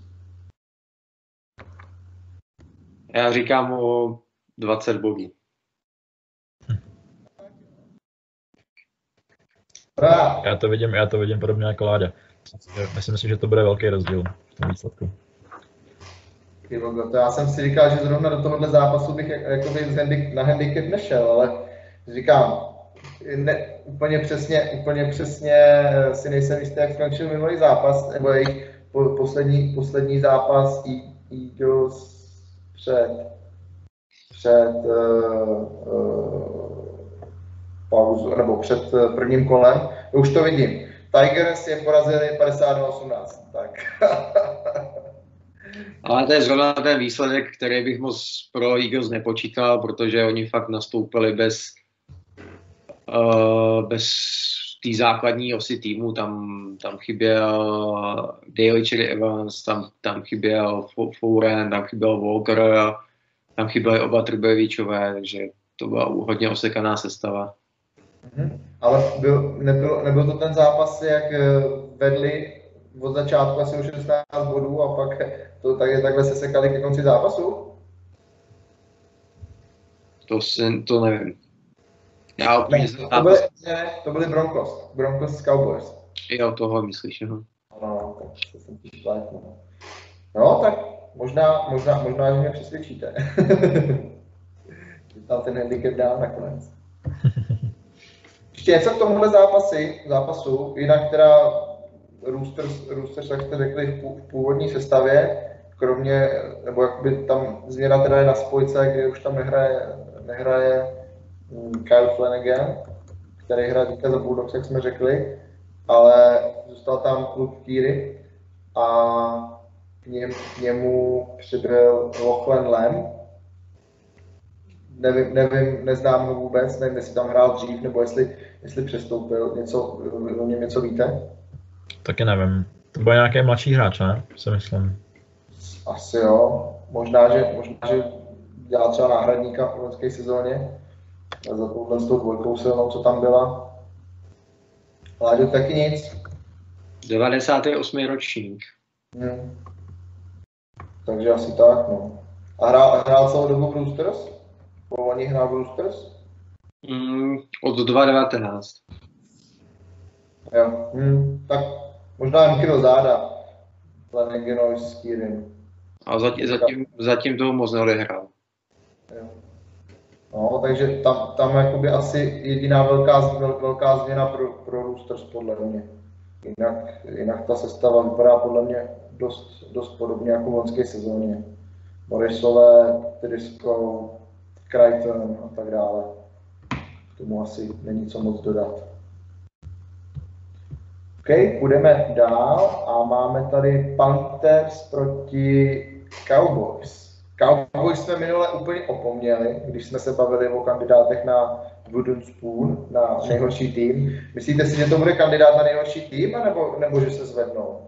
Já říkám o dvacet bodů. Já to vidím, já to vidím podobně jako Láďa. Myslím si, že to bude velký rozdíl v tom výsledku. To já jsem si říkal, že zrovna do tohohle zápasu bych jakoby na handicap nešel, ale říkám, ne, úplně, přesně, úplně přesně si nejsem jistý, jak skončil minulý zápas, nebo jejich poslední, poslední zápas Eagles před, před uh, uh, pauzu, nebo před prvním kolem. Už to vidím. Tigers je porazili padesát dva osmnáct, tak. Ale to je zrovna ten výsledek, který bych moc pro Eagles nepočítal, protože oni fakt nastoupili bez, uh, bez té základní osy týmu. Tam, tam chyběl Daly Cherry Evans, tam, tam chyběl Foran, tam chyběl Walker, tam chyběli oba Trbojevičové, takže to byla hodně osekaná sestava. Mm-hmm. Ale byl, nebyl, nebyl to ten zápas, jak vedli od začátku asi o šestnáct bodů a pak to tak, takhle se sekali ke konci zápasu? To, si, to nevím. Já ne, to, to, byly, ne, to byly Broncos. Broncos s Cowboys. Jo, toho myslíš, no. No, tak se jsem ti šplétnul. No, tak možná, možná, možná, že mě přesvědčíte. Tam ten handicap dál nakonec. Ještě něco k tomuhle zápasy, zápasu, jinak teda Roosters, Roosters, jak jste řekli, v původní sestavě, kromě, nebo jakoby tam změna teda je na spojce, kde už tam nehraje, nehraje Kyle Flanagan, který hraje teďka za Bulldogs, jak jsme řekli, ale zůstal tam klub Keary a k, něm, k němu přibyl Lachlan Lamb. Nevím, nevím, neznám ho vůbec, nevím, jestli tam hrál dřív, nebo jestli, jestli přestoupil, něco, o něm něco víte? Taky nevím. To byl nějaký mladší hráč, ne? Si myslím. Asi jo. Možná, že, možná, že dělá třeba náhradníka v loňské sezóně. Za touhle s tou dvojkou silnou, co tam byla. Láďo, taky nic. devadesátý osmý ročník. Hmm. Takže asi tak, no. A hrál, hrál celou dobu v Roosters? Po loni hrál v Roosters? Mm, od dva tisíce devatenáct. Jo, hmm, tak možná jen kilo záda. Flanaganovi s Kearym. A zatím, zatím, zatím toho moc neodehrál. Jo. No, takže tam, tam jakoby asi jediná velká, velká změna pro, pro Roosters podle mě. Jinak, jinak ta sestava vypadá podle mě dost, dost podobně jako v loňské sezóně. Morrisové, Tedesco, Crichton a tak dále. K tomu asi není co moc dodat. OK, půjdeme dál a máme tady Panthers proti Cowboys. Cowboys jsme minule úplně opomněli, když jsme se bavili o kandidátech na Wooden Spoon, na nejhorší tým. Myslíte si, že to bude kandidát na nejhorší tým, nebo, nebo že se zvednou?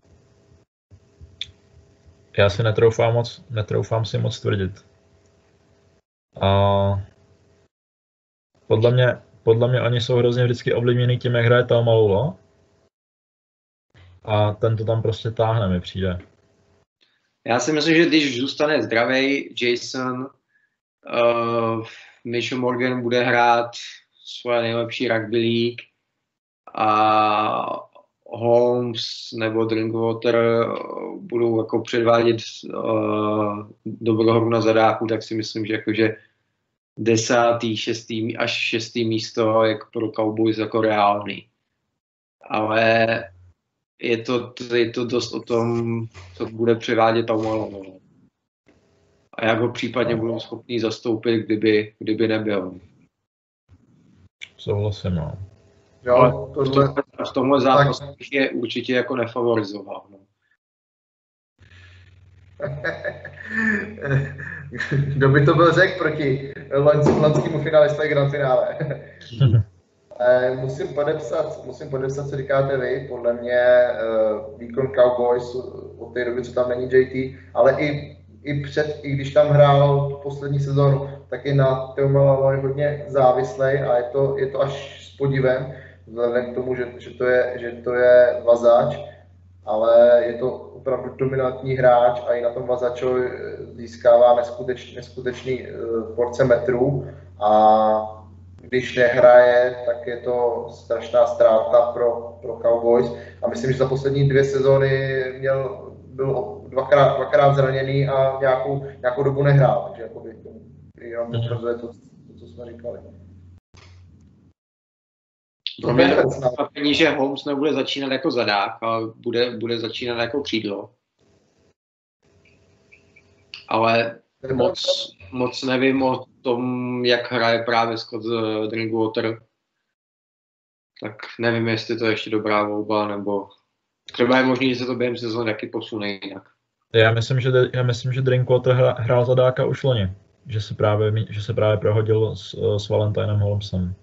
Já si netroufám, moc, netroufám si moc tvrdit. A podle mě, podle mě oni jsou hrozně vždycky ovlivněný tím, jak hraje Taumalola. A ten to tam prostě táhne, mi přijde. Já si myslím, že když zůstane zdravý Jason, uh, Mitchell Morgan bude hrát svoje nejlepší rugby league a Holmes nebo Drinkwater budou jako předvádět uh, dobrou hru na zadáku, tak si myslím, že jakože desátý, šestý až šestý místo je pro Cowboys jako reálný. Ale je to, je to dost o tom, co bude předvádět Taumalo. A jak ho případně budou schopní zastoupit, kdyby, kdyby nebyl. Souhlasím, no. Jo, tohle... V tomhle zápasu bych je určitě jako nefavorizoval. No. Kdo by to byl řekl proti loňskému finalistovi Grand Finále? musím, podepsat, musím podepsat, co říkáte vy. Podle mě výkon Cowboys od té doby, co tam není J T, ale i, i před, i když tam hrál tu poslední sezónu, tak i na Taumalovi hodně závislej a je to, je to až s podivem, vzhledem k tomu, že, že, to je, že to je vazač, ale je to opravdu dominantní hráč a i na tom vazačovi získává neskutečný, neskutečný porce metrů a když nehraje, tak je to strašná ztráta pro, pro Cowboys a myslím, že za poslední dvě sezóny měl, byl dvakrát, dvakrát zraněný a nějakou, nějakou dobu nehrál, takže jakoby, jenom potvrzuje to, to, co jsme říkali. Pro mě je překvapení, že Holmes nebude začínat jako zadák, ale bude, bude začínat jako křídlo. Ale moc, moc nevím o tom, jak hraje právě Scott Drinkwater. Tak nevím, jestli to je ještě dobrá volba, nebo třeba je možné, že se to během sezóny taky posune jinak. Já myslím, že, já myslím, že Drinkwater hrál zadáka už loni. Že se právě, že se právě prohodil s, s Valentinem Holmesem.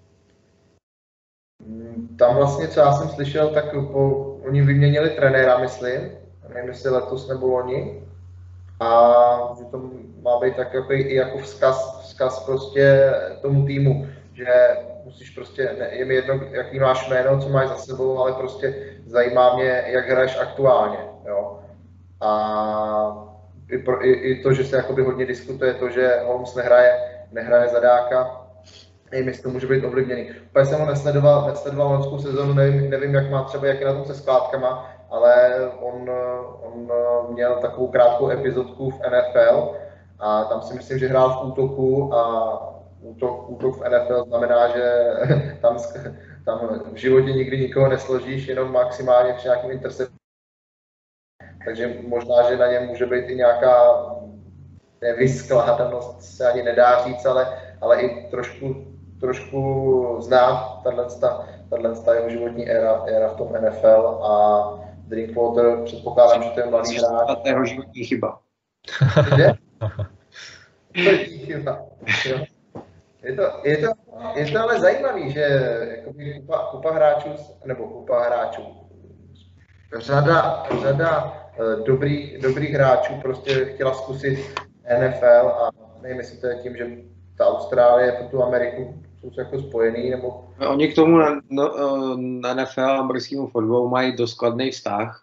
Tam vlastně, co já jsem slyšel, tak po, oni vyměnili trenéra, myslím, nevím, jestli letos nebo loni, a že to má být tak jako, i jako vzkaz, vzkaz prostě tomu týmu, že musíš prostě, ne, je mi jedno, jaký máš jméno, co máš za sebou, ale prostě zajímá mě, jak hraješ aktuálně, jo. A i, pro, i, i to, že se jakoby hodně diskutuje to, že Holmes nehraje, nehraje zadáka, nevím, jestli to může být ovlivněný. Úplně jsem ho nesledoval, nesledoval loňskou sezónu, nevím, nevím, jak má třeba, jak je na tom se skládkama, ale on, on měl takovou krátkou epizodku v N F L a tam si myslím, že hrál v útoku a útok, útok v N F L znamená, že tam, tam v životě nikdy nikoho nesložíš, jenom maximálně při nějakým interceptu. Takže možná, že na něm může být i nějaká nevyskládanost, se ani nedá říct, ale, ale i trošku, trošku znát tato jeho životní éra, éra v tom N F L a Drinkwater, předpokládám, že to je mladý hráč. To je jeho životní chyba. Kde? Životní chyba. Je to, je, to, je to ale zajímavý, že jakoby kupa, kupa hráčů, nebo kupa hráčů, řada, řada dobrých, dobrých hráčů prostě chtěla zkusit N F L a nevím, jestli to je tím, že ta Austrálie pro tu Ameriku jsou jako spojený, nebo... Oni k tomu na, no, na N F L a americkému fotbalu mají dost kladný vztah.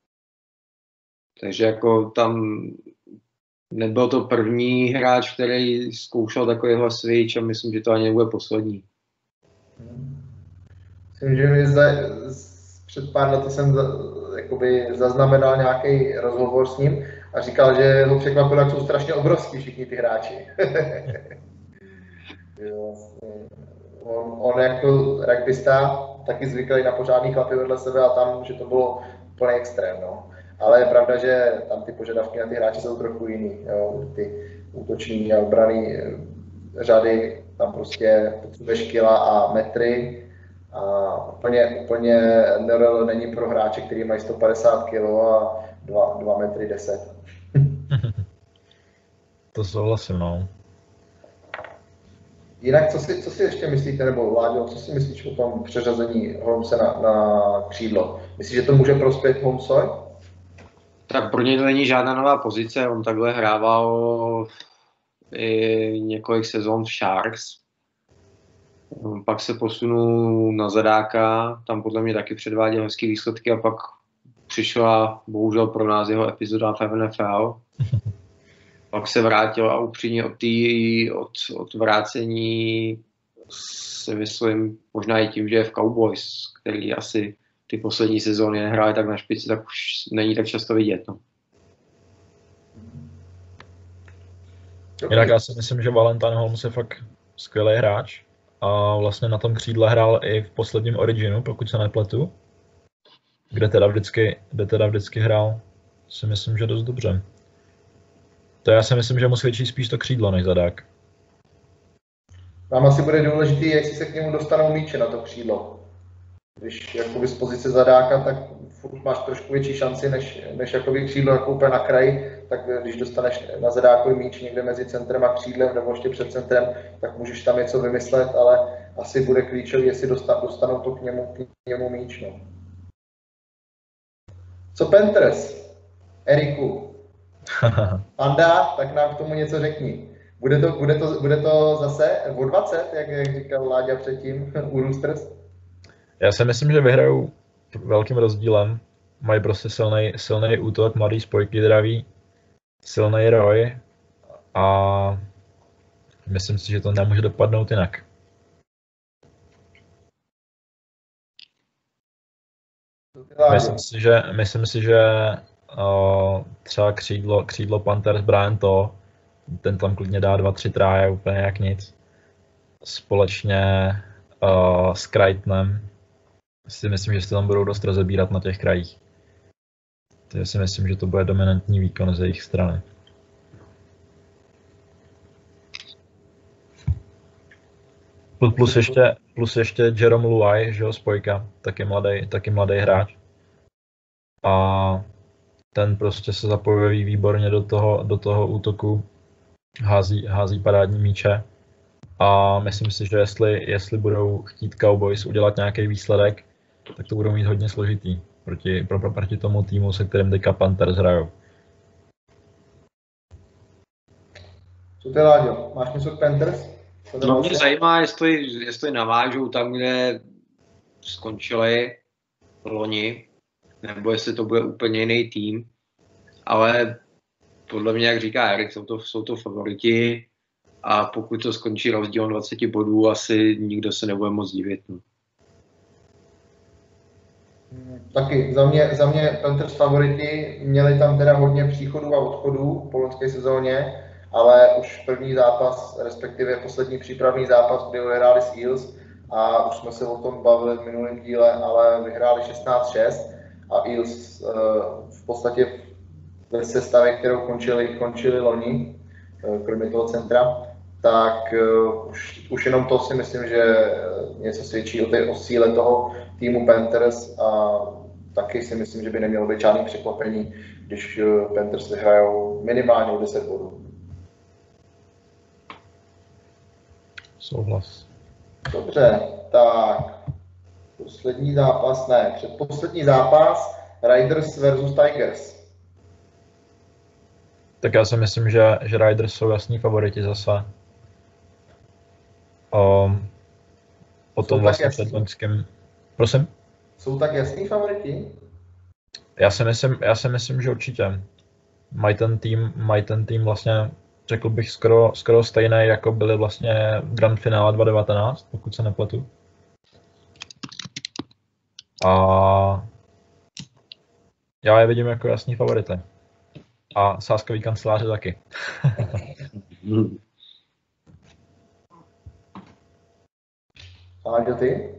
Takže jako tam nebyl to první hráč, který zkoušel takovýhle switch a myslím, že to ani nebude poslední. Myslím, že mi za, před pár lety jsem za, jakoby zaznamenal nějaký rozhovor s ním a říkal, že ho překvapilo, jak jsou strašně obrovský všichni ty hráči. on, on jako rugbysta taky zvyklý na pořádný chlapy vedle sebe a tam, že to bylo plný extrém. No. Ale je pravda, že tam ty požadavky na ty hráče jsou trochu jiný. Jo. Ty útoční a obrany řady, tam prostě potřebuješ kila a metry. A úplně, úplně N R L není pro hráče, kteří mají sto padesát kilo a dva metry deset. to souhlasím, no. Jinak, co si, co si ještě myslíte, nebo Láďo, co si myslíš o tom přeřazení Holmese na, na křídlo? Myslíš, že to může prospět Holmesovi? Tak pro něj to není žádná nová pozice, on takhle hrával i několik sezon v Sharks. Pak se posunul na Zadáka, tam podle mě taky předváděl hezký výsledky a pak přišla bohužel pro nás jeho epizoda v N F L. Pak se vrátil a upřímně od, tý, od, od vrácení si myslím možná i tím, že je v Cowboys, který asi ty poslední sezóny nehráli tak na špici, tak už není tak často vidět. No. Jinak já si myslím, že Valentine Holmes je fakt skvělý hráč a vlastně na tom křídle hrál i v posledním Originu, pokud se nepletu, kde teda vždycky, kde teda vždycky hrál, si myslím, že dost dobře. To já si myslím, že mu svědčí spíš to křídlo než Zadák. Nám asi bude důležité, jestli se k němu dostanou míče na to křídlo. Když jakoby z pozice Zadáka, tak furt máš trošku větší šanci, než, než jakoby křídlo jako úplně na kraji, tak když dostaneš na Zadákový míč někde mezi centrem a křídlem, nebo ještě před centrem, tak můžeš tam něco vymyslet, ale asi bude klíčový, jestli dostanou, dostanou to k němu, k němu míč. No. Co Panthers? Eriku? Panda, tak nám k tomu něco řekni. Bude to, bude to, bude to zase o dvacet, jak, jak říkal Láďa předtím u Roosters? Já si myslím, že vyhrajou velkým rozdílem. Mají prostě silný, silný útok, mladý spojky zdraví, silný Roy a myslím si, že to nemůže dopadnout jinak. Myslím si, že, myslím si, že uh, třeba křídlo, křídlo Panthers Brian to, ten tam klidně dá dva, tři tráje, úplně jak nic. Společně uh, s Crichtonem si myslím, že se tam budou dost rozebírat na těch krajích. Takže si myslím, že to bude dominantní výkon z jejich strany. Plus ještě, plus ještě Jerome Luai, že jo, spojka, taky mladý, taky mladý hráč. A ten prostě se zapojuje výborně do toho, do toho útoku, hází, hází parádní míče. A myslím si, že jestli, jestli budou chtít Cowboys udělat nějaký výsledek, tak to budou mít hodně složitý proti, pro, pro, proti tomu týmu, se kterým teďka Panthers hrajou. Co ty, Láďo? Máš něco k Panthers? No mě zajímá, jestli, jestli navážou tam, kde skončili loni, nebo jestli to bude úplně jiný tým. Ale podle mě, jak říká Erik, jsou to, jsou to favoriti a pokud to skončí rozdíl dvacet bodů, asi nikdo se nebude moc divit. No. Taky, za mě, za mě Panthers favoriti, měli tam teda hodně příchodů a odchodů po loňské sezóně, ale už první zápas, respektive poslední přípravný zápas, kdy vyhráli s Eels a už jsme se o tom bavili v minulém díle, ale vyhráli šestnáct šest a Eels v podstatě ve sestavě, kterou končili, končili loni, kromě toho centra, tak už, už jenom to si myslím, že něco svědčí o té o síle toho týmu Panthers a taky si myslím, že by nemělo být žádný překvapení, když Panthers vyhrajou minimálně o deset bodů. Souhlas. Dobře, tak poslední zápas, ne, předposlední zápas Riders versus Tigers. Tak já si myslím, že, že Riders jsou jasní favoriti zase. Um, o tom vlastně před loňským. Prosím? Jsou tak jasní favoriti? Já si myslím, já si myslím, že určitě. Mají ten tým, mají ten tým vlastně, řekl bych, skoro, skoro stejný, jako byly vlastně v grand finále dva tisíce devatenáct, pokud se nepletu. A já je vidím jako jasný favority. A sázkový kanceláře taky. A ty?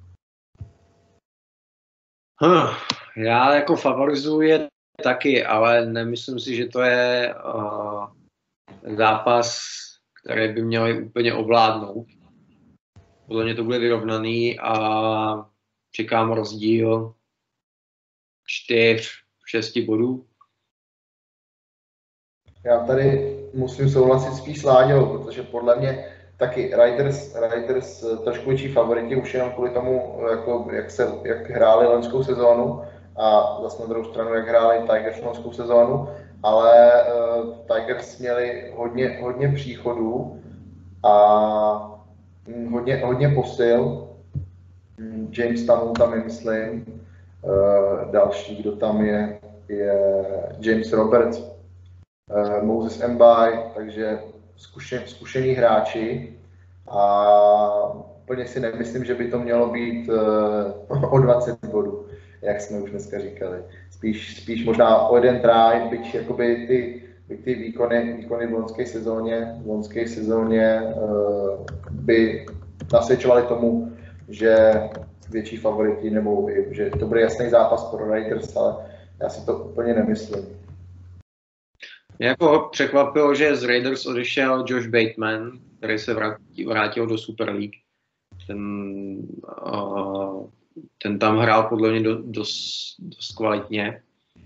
Hm, já jako favorizuji je taky, ale nemyslím si, že to je uh, zápas, který by měli úplně ovládnout. Podle mě to bude vyrovnaný a čekám rozdíl čtyř šesti bodů. Já tady musím souhlasit spíš s Láďou, protože podle mě taky Riders, Riders trošku větší favoriti už jenom kvůli tomu, jako, jak, se, jak hráli loňskou sezónu a zase na druhou stranu, jak hráli Tigers loňskou sezónu, ale uh, Tigers měli hodně, hodně příchodů a hm, hodně, hodně posil. James Tamu tam je, myslím. Uh, další, kdo tam je, je James Roberts, uh, Moses Mbye, takže zkušen, zkušení hráči a úplně si nemyslím, že by to mělo být uh, o dvacet bodů, jak jsme už dneska říkali. Spíš, spíš možná o jeden try, byť jakoby ty, byť ty výkony, výkony v loňské sezóně, v loňské sezóně uh, by nasvědčovaly tomu, že větší favoriti, nebo že to bude jasný zápas pro Raiders, ale já si to úplně nemyslím. Mě jako překvapilo, že z Raiders odešel Josh Bateman, který se vrátil, vrátil do Super League. Ten, uh, ten tam hrál podle mě do, dost, dost kvalitně.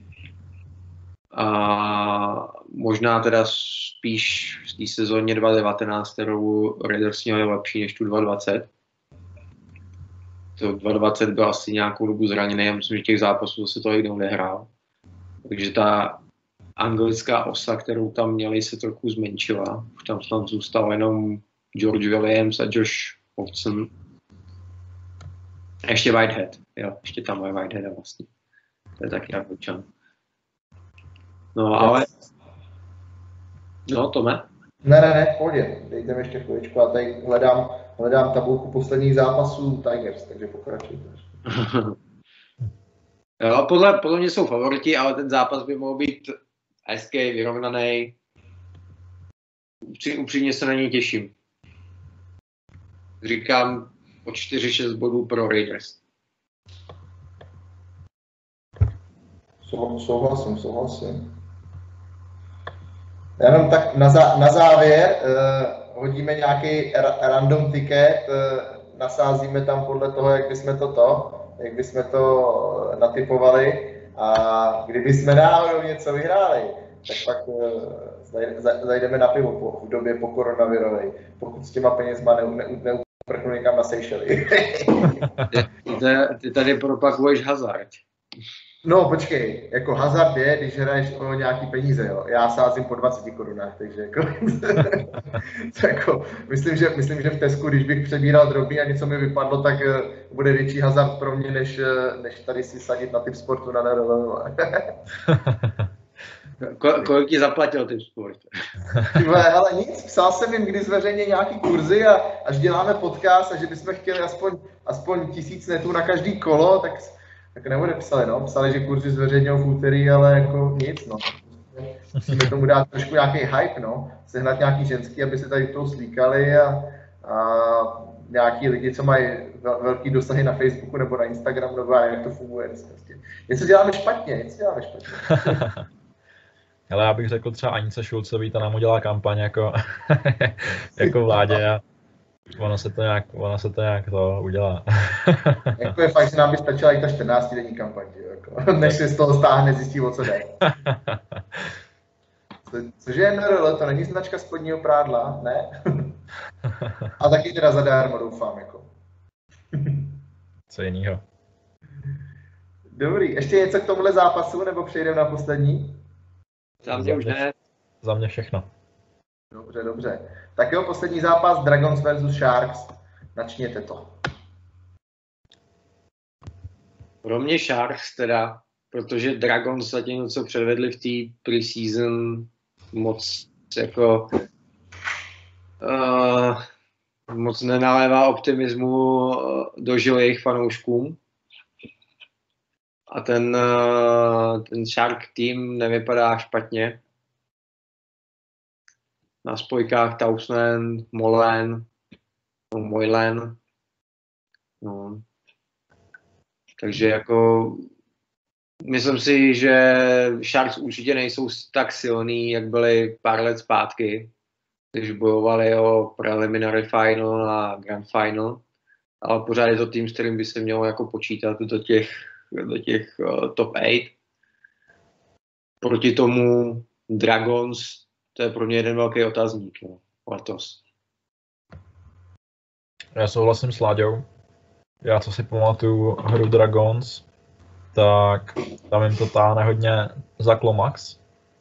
A možná teda spíš v té sezóně dva tisíce devatenáct, kterou Raiders měli lepší než tu dva tisíce dvacet. To dva tisíce dvacet byl asi nějakou dobu zraněný, já myslím, že těch zápasů se tolik neodehrál. Takže ta anglická osa, kterou tam měli, se trochu zmenšila. Už tam snad zůstal jenom George Williams a Josh Hodgson. Ještě Whitehead, jo, ještě tam je Whitehead vlastně. To je taky Angličan. No, ale... No, Tome? Ne, ne, ne, v pohodě. Dejte mi ještě chviličku, a tady hledám, hledám tabulku posledních zápasů Tigers, takže pokračujte. Jo, podle, podle mě jsou favoriti, ale ten zápas by mohl být hezký, vyrovnaný. Upřímně se na něj těším. Říkám o čtyři šest bodů pro Raiders. Souhlasím, souhlasím. Jenom tak na, zá, na závěr uh, hodíme nějaký ra, random ticket, uh, nasázíme tam podle toho, jak bychom to to, jak bychom to natypovali a kdyby jsme náhodou něco vyhráli, tak pak uh, zajdeme na pivo po, v době po koronavirové, pokud s těma penězma neuprchnu ne, někam na Seychely. ty, ty tady propaguješ hazard. No počkej, jako hazard je, když hraješ o nějaký peníze, jo. Já sázím po dvaceti korunách, takže jako, jako myslím, že, myslím, že v Tesku, když bych přebíral drobný a něco mi vypadlo, tak uh, bude větší hazard pro mě, než, než tady si sadit na Tip Sportu na Nerolo. Ko, kolik ti zaplatil Tip Sport? Ale nic, psal jsem jim, kdy zveřejně nějaký kurzy a až děláme podcast a že bychom chtěli aspoň, aspoň tisíc netů na každý kolo, tak Tak neodepsali, no. Psali, že kurzy zveřejňují v úterý, ale jako nic, no. Musíme tomu dát trošku nějaký hype, no. Sehnat nějaký ženský, aby se tady toho slíkali a, a nějaký lidi, co mají velký dosahy na Facebooku nebo na Instagramu, nebo jak to funguje. Prostě. Něco děláme špatně, něco děláme špatně. Ale já bych řekl třeba Anice Šulcový, ta nám udělá kampaň jako, jako vládě a ono se to nějak, ono se to nějak to udělá. Jako je fakt, že nám by stačila i ta čtrnáctidenní kampaň, jako, než se z toho stáhne, zjistí, o co jde. Co, cože je N R L, to není značka spodního prádla, ne? A taky teda zadarmo, doufám, jako. Co jinýho? Dobrý, ještě něco k tomuhle zápasu, nebo přejdeme na poslední? Za mě už ne. Za mě všechno. Dobře, dobře. Tak jo, poslední zápas Dragons versus Sharks. Načněte to. Pro mě Sharks teda, protože Dragons zatím, co předvedli v té preseason, moc jako uh, moc nenalévá optimismu do žil jejich fanouškům. A ten, uh, ten Shark tým nevypadá špatně. Na spojkách Townsend, Molen, no, Moylan. No. Takže jako myslím si, že Sharks určitě nejsou tak silný, jak byli pár let zpátky, když bojovali o preliminary final a grand final, ale pořád je to tým, s kterým by se mělo jako počítat do těch, do těch uh, top osm. Proti tomu Dragons, to je pro mě jeden velký otazník, jo, letos. Já souhlasím s Láďou. Já co si pamatuju hru Dragons, tak tam jim to táhne hodně za Klomax.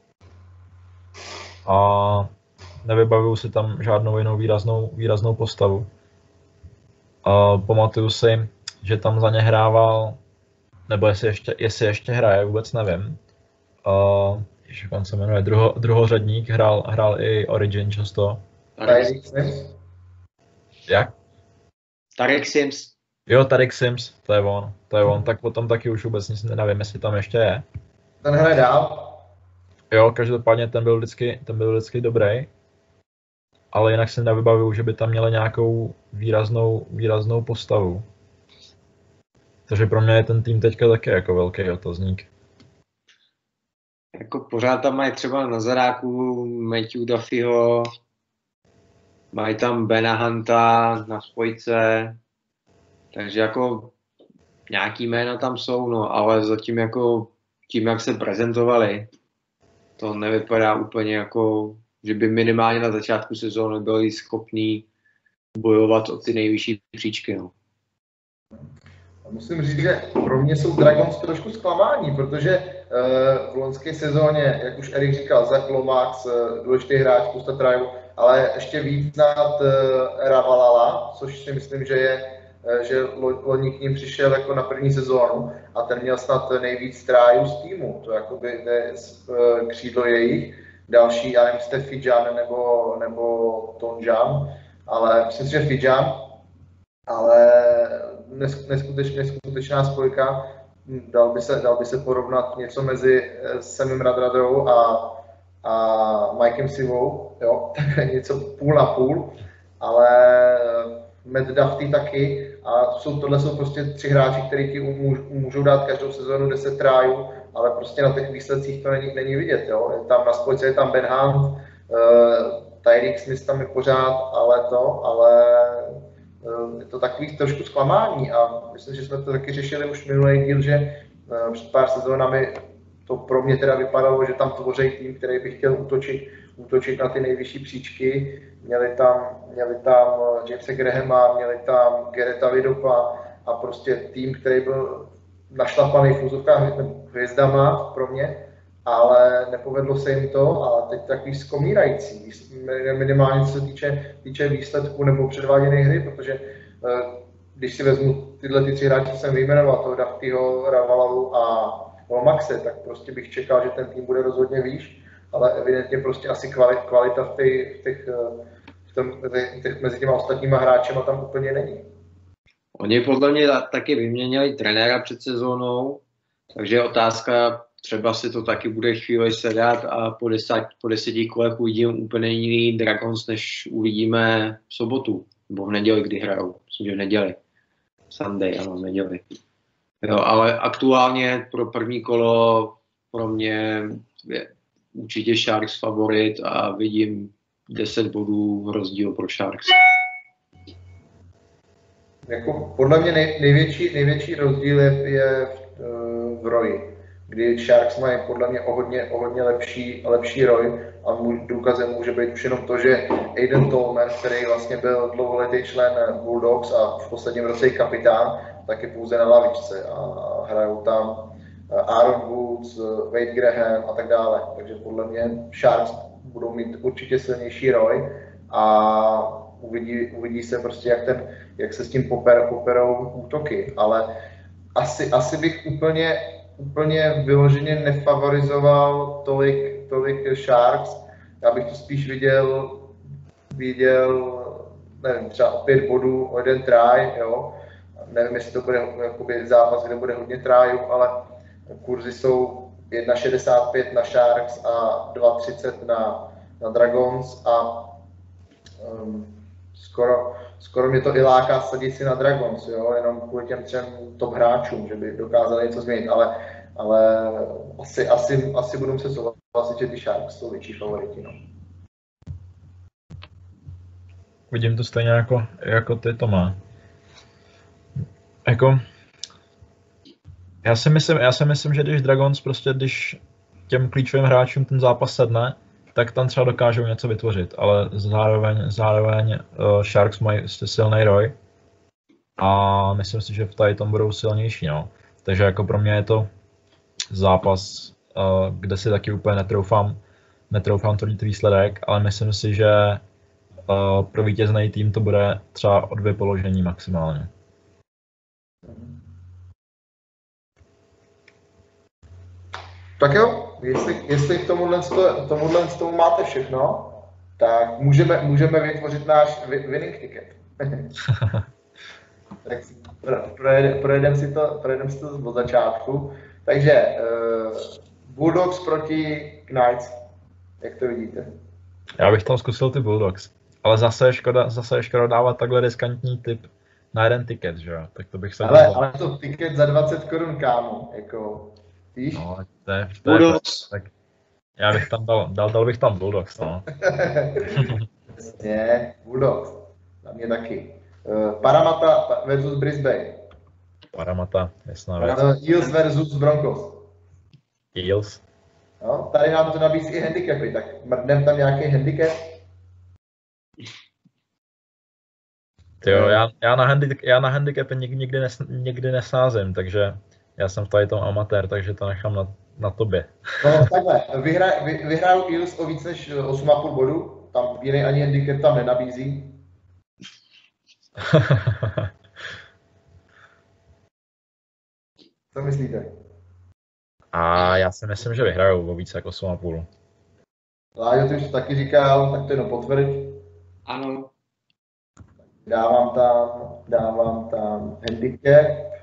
A nevybavuju si tam žádnou jinou výraznou, výraznou postavu. A pamatuju si, že tam za ně hrával, nebo jestli ještě, jestli ještě hraje, vůbec nevím. Uh, Ježiš, jak on se jmenuje, Druho, druhořadník, hrál, hrál i Origin často. Tarek Sims? Jak? Tarek Sims. Jo, Tarek Sims, to je on, to je on, tak potom taky už vůbec nic nevím, jestli tam ještě je. Ten hraje dál? Jo, každopádně ten byl vždycky, ten byl vždycky dobrý. Ale jinak si nevybavuju, že by tam měli nějakou výraznou, výraznou postavu. Takže pro mě je ten tým teďka taky jako velký otazník. Jako pořád tam mají třeba na zadáku Matthew Duffyho, mají tam Bena Hunta na spojce, takže jako nějaký jména tam jsou, no, ale zatím jako tím, jak se prezentovali, to nevypadá úplně jako, že by minimálně na začátku sezóny byli schopní bojovat o ty nejvyšší příčky, no. Musím říct, že pro mě jsou Dragons trošku zklamání, protože uh, v loňské sezóně, jak už Erik říkal, Zach Lomax, uh, důležitý hráč, spousta trajů, ale ještě víc nad uh, Ravalala, což si myslím, že je, uh, že loni k ním přišel jako na první sezónu a ten měl snad nejvíc trajů z týmu, to jakoby je uh, křídlo jejich. Další, já nevím, jste Fidjan nebo, nebo Tonjan, ale myslím si, že Fidjan, ale neskutečná, neskutečná spojka, dal by, se, dal by se porovnat něco mezi Samem Radradou a, a Mikem Sivou, jo, tak něco půl na půl, ale Matt Duffy taky a jsou, tohle jsou prostě tři hráči, kteří ti můžou dát každou sezónu deset trájů, ale prostě na těch výsledcích to není, není vidět, jo. Je tam na spojce je tam Ben Hunt, uh, Tyreek Smith tam je pořád, ale to, ale uh, je to takový trošku zklamání a myslím, že jsme to taky řešili už minulý díl, že uh, před pár sezónami to pro mě teda vypadalo, že tam tvoří tým, který by chtěl útočit, útočit na ty nejvyšší příčky. Měli tam, měli tam Jamesa Grahama, měli tam Garretta Vidopa a prostě tým, který byl našlapaný v úzovkách hvězdama pro mě, ale nepovedlo se jim to a teď takový zkomírající, minimálně co se týče, týče výsledků nebo předváděné hry, protože když si vezmu tyhle ty tři hráče, co jsem vyjmenoval, toho Duffyho, Ravalalu a Lomaxe, tak prostě bych čekal, že ten tým bude rozhodně výš, ale evidentně prostě asi kvalita v těch, v těch, v tom, v těch mezi těma ostatníma hráčema tam úplně není. Oni podle mě taky vyměnili trenéra před sezónou, takže je otázka, třeba si to taky bude chvíli sedat a po, deset, po deseti kolech uvidíme úplně jiný Dragons, než uvidíme v sobotu, nebo v neděli, kdy hrajou. Myslím, že v neděli. Sunday, ano, v neděli. Jo, ale aktuálně pro první kolo pro mě je určitě Sharks favorit a vidím deset bodů rozdíl pro Sharks. Jako podle mě nej, největší, největší rozdíl je, je v, v roji, kdy Sharks mají podle mě o hodně, o hodně lepší, lepší roj a můj, důkazem může být už jenom to, že Aiden Tolman, který vlastně byl dlouholetý člen Bulldogs a v posledním roce i kapitán, tak je pouze na lavičce a hrajou tam Aaron Woods, Wade Graham a tak dále. Takže podle mě Sharks budou mít určitě silnější roj a uvidí, uvidí se prostě, jak, ten, jak se s tím poper, poperou útoky. Ale asi, asi bych úplně, úplně vyloženě nefavorizoval tolik, tolik Sharks. Já bych to spíš viděl, viděl nevím, třeba o pět bodů, o jeden try, jo. Nevím, jestli to bude jakoby zápas, kde bude hodně trájů, ale kurzy jsou jedna šedesát pět na Sharks a dva třicet na, na Dragons a um, skoro, skoro mě to i láká sadit si na Dragons, jo, jenom kvůli těm třem top hráčům, že by dokázali něco změnit, ale, ale asi, asi, asi budu muset souhlasit, že ty Sharks jsou větší favoriti. No. Vidím to stejně jako, jako ty, Toma. Jako, já si myslím, já si myslím, že když Dragons prostě, když těm klíčovým hráčům ten zápas sedne, tak tam třeba dokážou něco vytvořit, ale zároveň, zároveň uh, Sharks mají silný roj a myslím si, že v tady tom budou silnější, no. Takže jako pro mě je to zápas, uh, kde si taky úplně netroufám, netroufám tvrdit výsledek, ale myslím si, že uh, pro vítězný tým to bude třeba o dvě položení maximálně. Tak jo, jestli, jestli k tomuhle, tomuhle tomu máte všechno, tak můžeme, můžeme vytvořit náš winning ticket. Tak projedeme projedem si to, projedem si to od začátku. Takže uh, Bulldogs proti Knights, jak to vidíte? Já bych tam zkusil ty Bulldogs, ale zase je škoda, zase je škoda dávat takhle riskantní tip na jeden tiket, že jo? Tak to bych se... Ale, ale to tiket za dvacet korun, kámo, jako... Víš? No, to je, to je Bulldogs. Tak já bych tam dal, dal, dal bych tam Bulldogs, no. Jasně, Bulldogs, na mě taky. Uh, Parramatta versus Brisbane. Parramatta, jasná věc. Uh, Eels versus Broncos. Eels. No, tady nám to nabízí i handicapy, tak mrdnem tam nějaký handicap. Tyjo, já, já, na handi, já na handicapy nikdy, nikdy, nes, nikdy nesázím, takže já jsem v tady tom amatér, takže to nechám na, na tobě. No takhle, vyhra, vy, vyhrajou Eels o víc než osm a půl bodu, tam jiný ani handicap tam nenabízí. Co myslíte? A já si myslím, že vyhrajou o více jak osm a půl. Láďo, ty už to taky říkal, tak to jenom potvrď. Ano. Dávám tam, dávám tam handicap.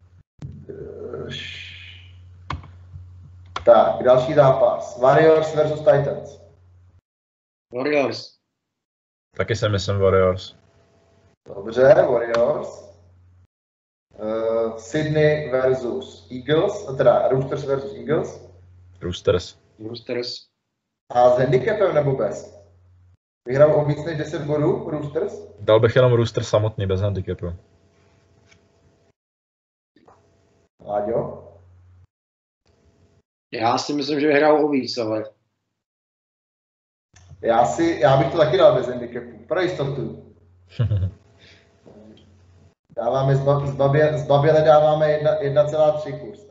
Tak, další zápas. Warriors versus Titans. Warriors. Taky si myslím Warriors. Dobře, Warriors. Uh, Sydney versus Eagles, teda Roosters versus Eagles. Roosters. Roosters. A s handicapem nebo bez? Vyhrál o víc než deset bodů Roosters? Dal bych jenom Roosters samotný, bez handicapu. Láďo? Já si myslím, že vyhrál o víc, ale... Já, si, já bych to taky dal bez handicapu, pro jistotu. Dáváme zbabě, zbaběle dáváme jedna celá tři kurz.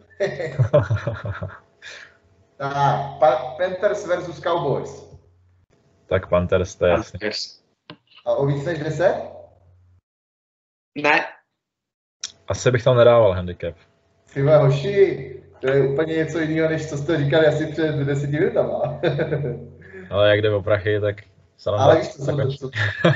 Tak, Panthers versus Cowboys. Tak Panthers, to je jasný. A o víc než deset? Ne. Asi bych tam nedával handicap. Tyhle hoši, to je úplně něco jiného, než co jste říkali asi před deseti minutama. Ale jak jde o prachy, tak se nám ale víš, co, co, co,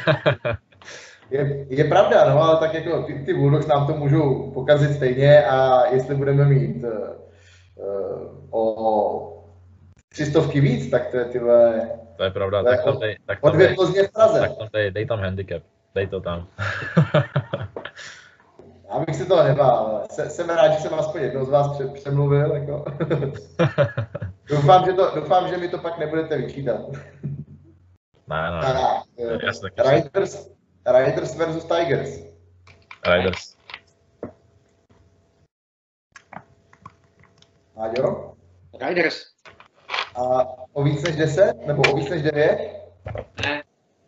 je, je pravda, no, ale tak jako ty, ty Bulldogs nám to můžou pokazit stejně a jestli budeme mít uh, uh, o tři stovky víc, tak to je tyhle... To je pravda, to je tak tam dej, tak tam o dvě dej, Plzně v Praze. tak tam dej, dej tam handicap, dej to tam. Já bych si toho nebál, ale se, jsem rád, že jsem aspoň jednou z vás pře, přemluvil. Jako. doufám, že to, doufám, že mi to pak nebudete vyčítat. Ne, ne, Tak, jasně. Riders, Riders versus Tigers. Riders. Áďo? Riders. A o víc než deset? Nebo o víc než devět? Ne.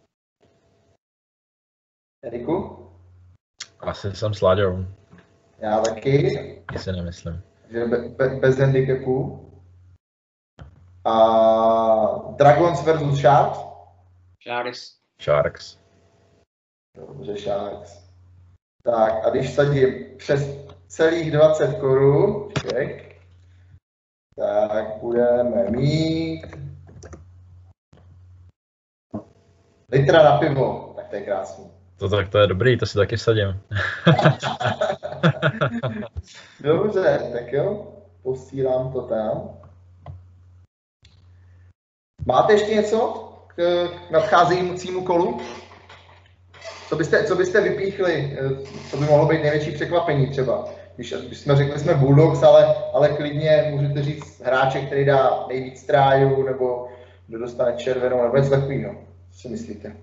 Eriku? Asi jsem s Láďou. Já taky. Já si nemyslím. Že be, be, bez handicapů. A Dragons versus Sharks? Sharks. Sharks. Dobře, Sharks. Tak a když sadím přes celých dvacet korun, ček, tak budeme mít litra na pivo. Tak to je krásný. To, tak to je dobrý, to si taky vsadím. Dobře, tak jo, posílám to tam. Máte ještě něco k, k nadcházejícímu kolu? Co byste, co byste vypíchli, co by mohlo být největší překvapení třeba? Když, když jsme řekli, jsme Bulldogs, ale, ale klidně můžete říct hráče, který dá nejvíc trájů, nebo kdo dostane červenou, nebo něco takového. Co si myslíte?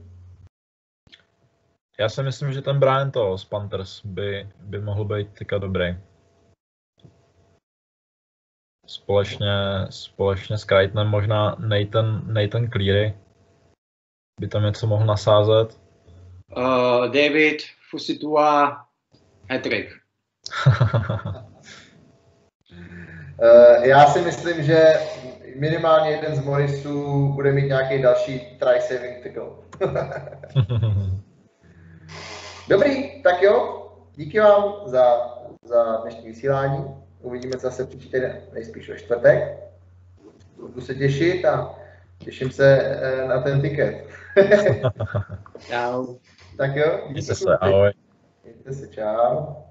Já si myslím, že ten Brian to z Panthers by, by mohl být teďka dobrý. společně, společně s Crichtonem, možná Nathan, Nathan Cleary by tam něco mohl nasázet. Uh, David Fusitua hat-trick. Uh, já si myslím, že minimálně jeden z Morrisů bude mít nějaký další try saving tackle. Dobrý, tak jo. Díky vám za, za dnešní vysílání. Uvidíme se zase příští týden, nejspíš ve čtvrtek. Budu se těšit a těším se na ten tiket. Čau. Tak jo. Mějte se, ahoj. Mějte se, čau.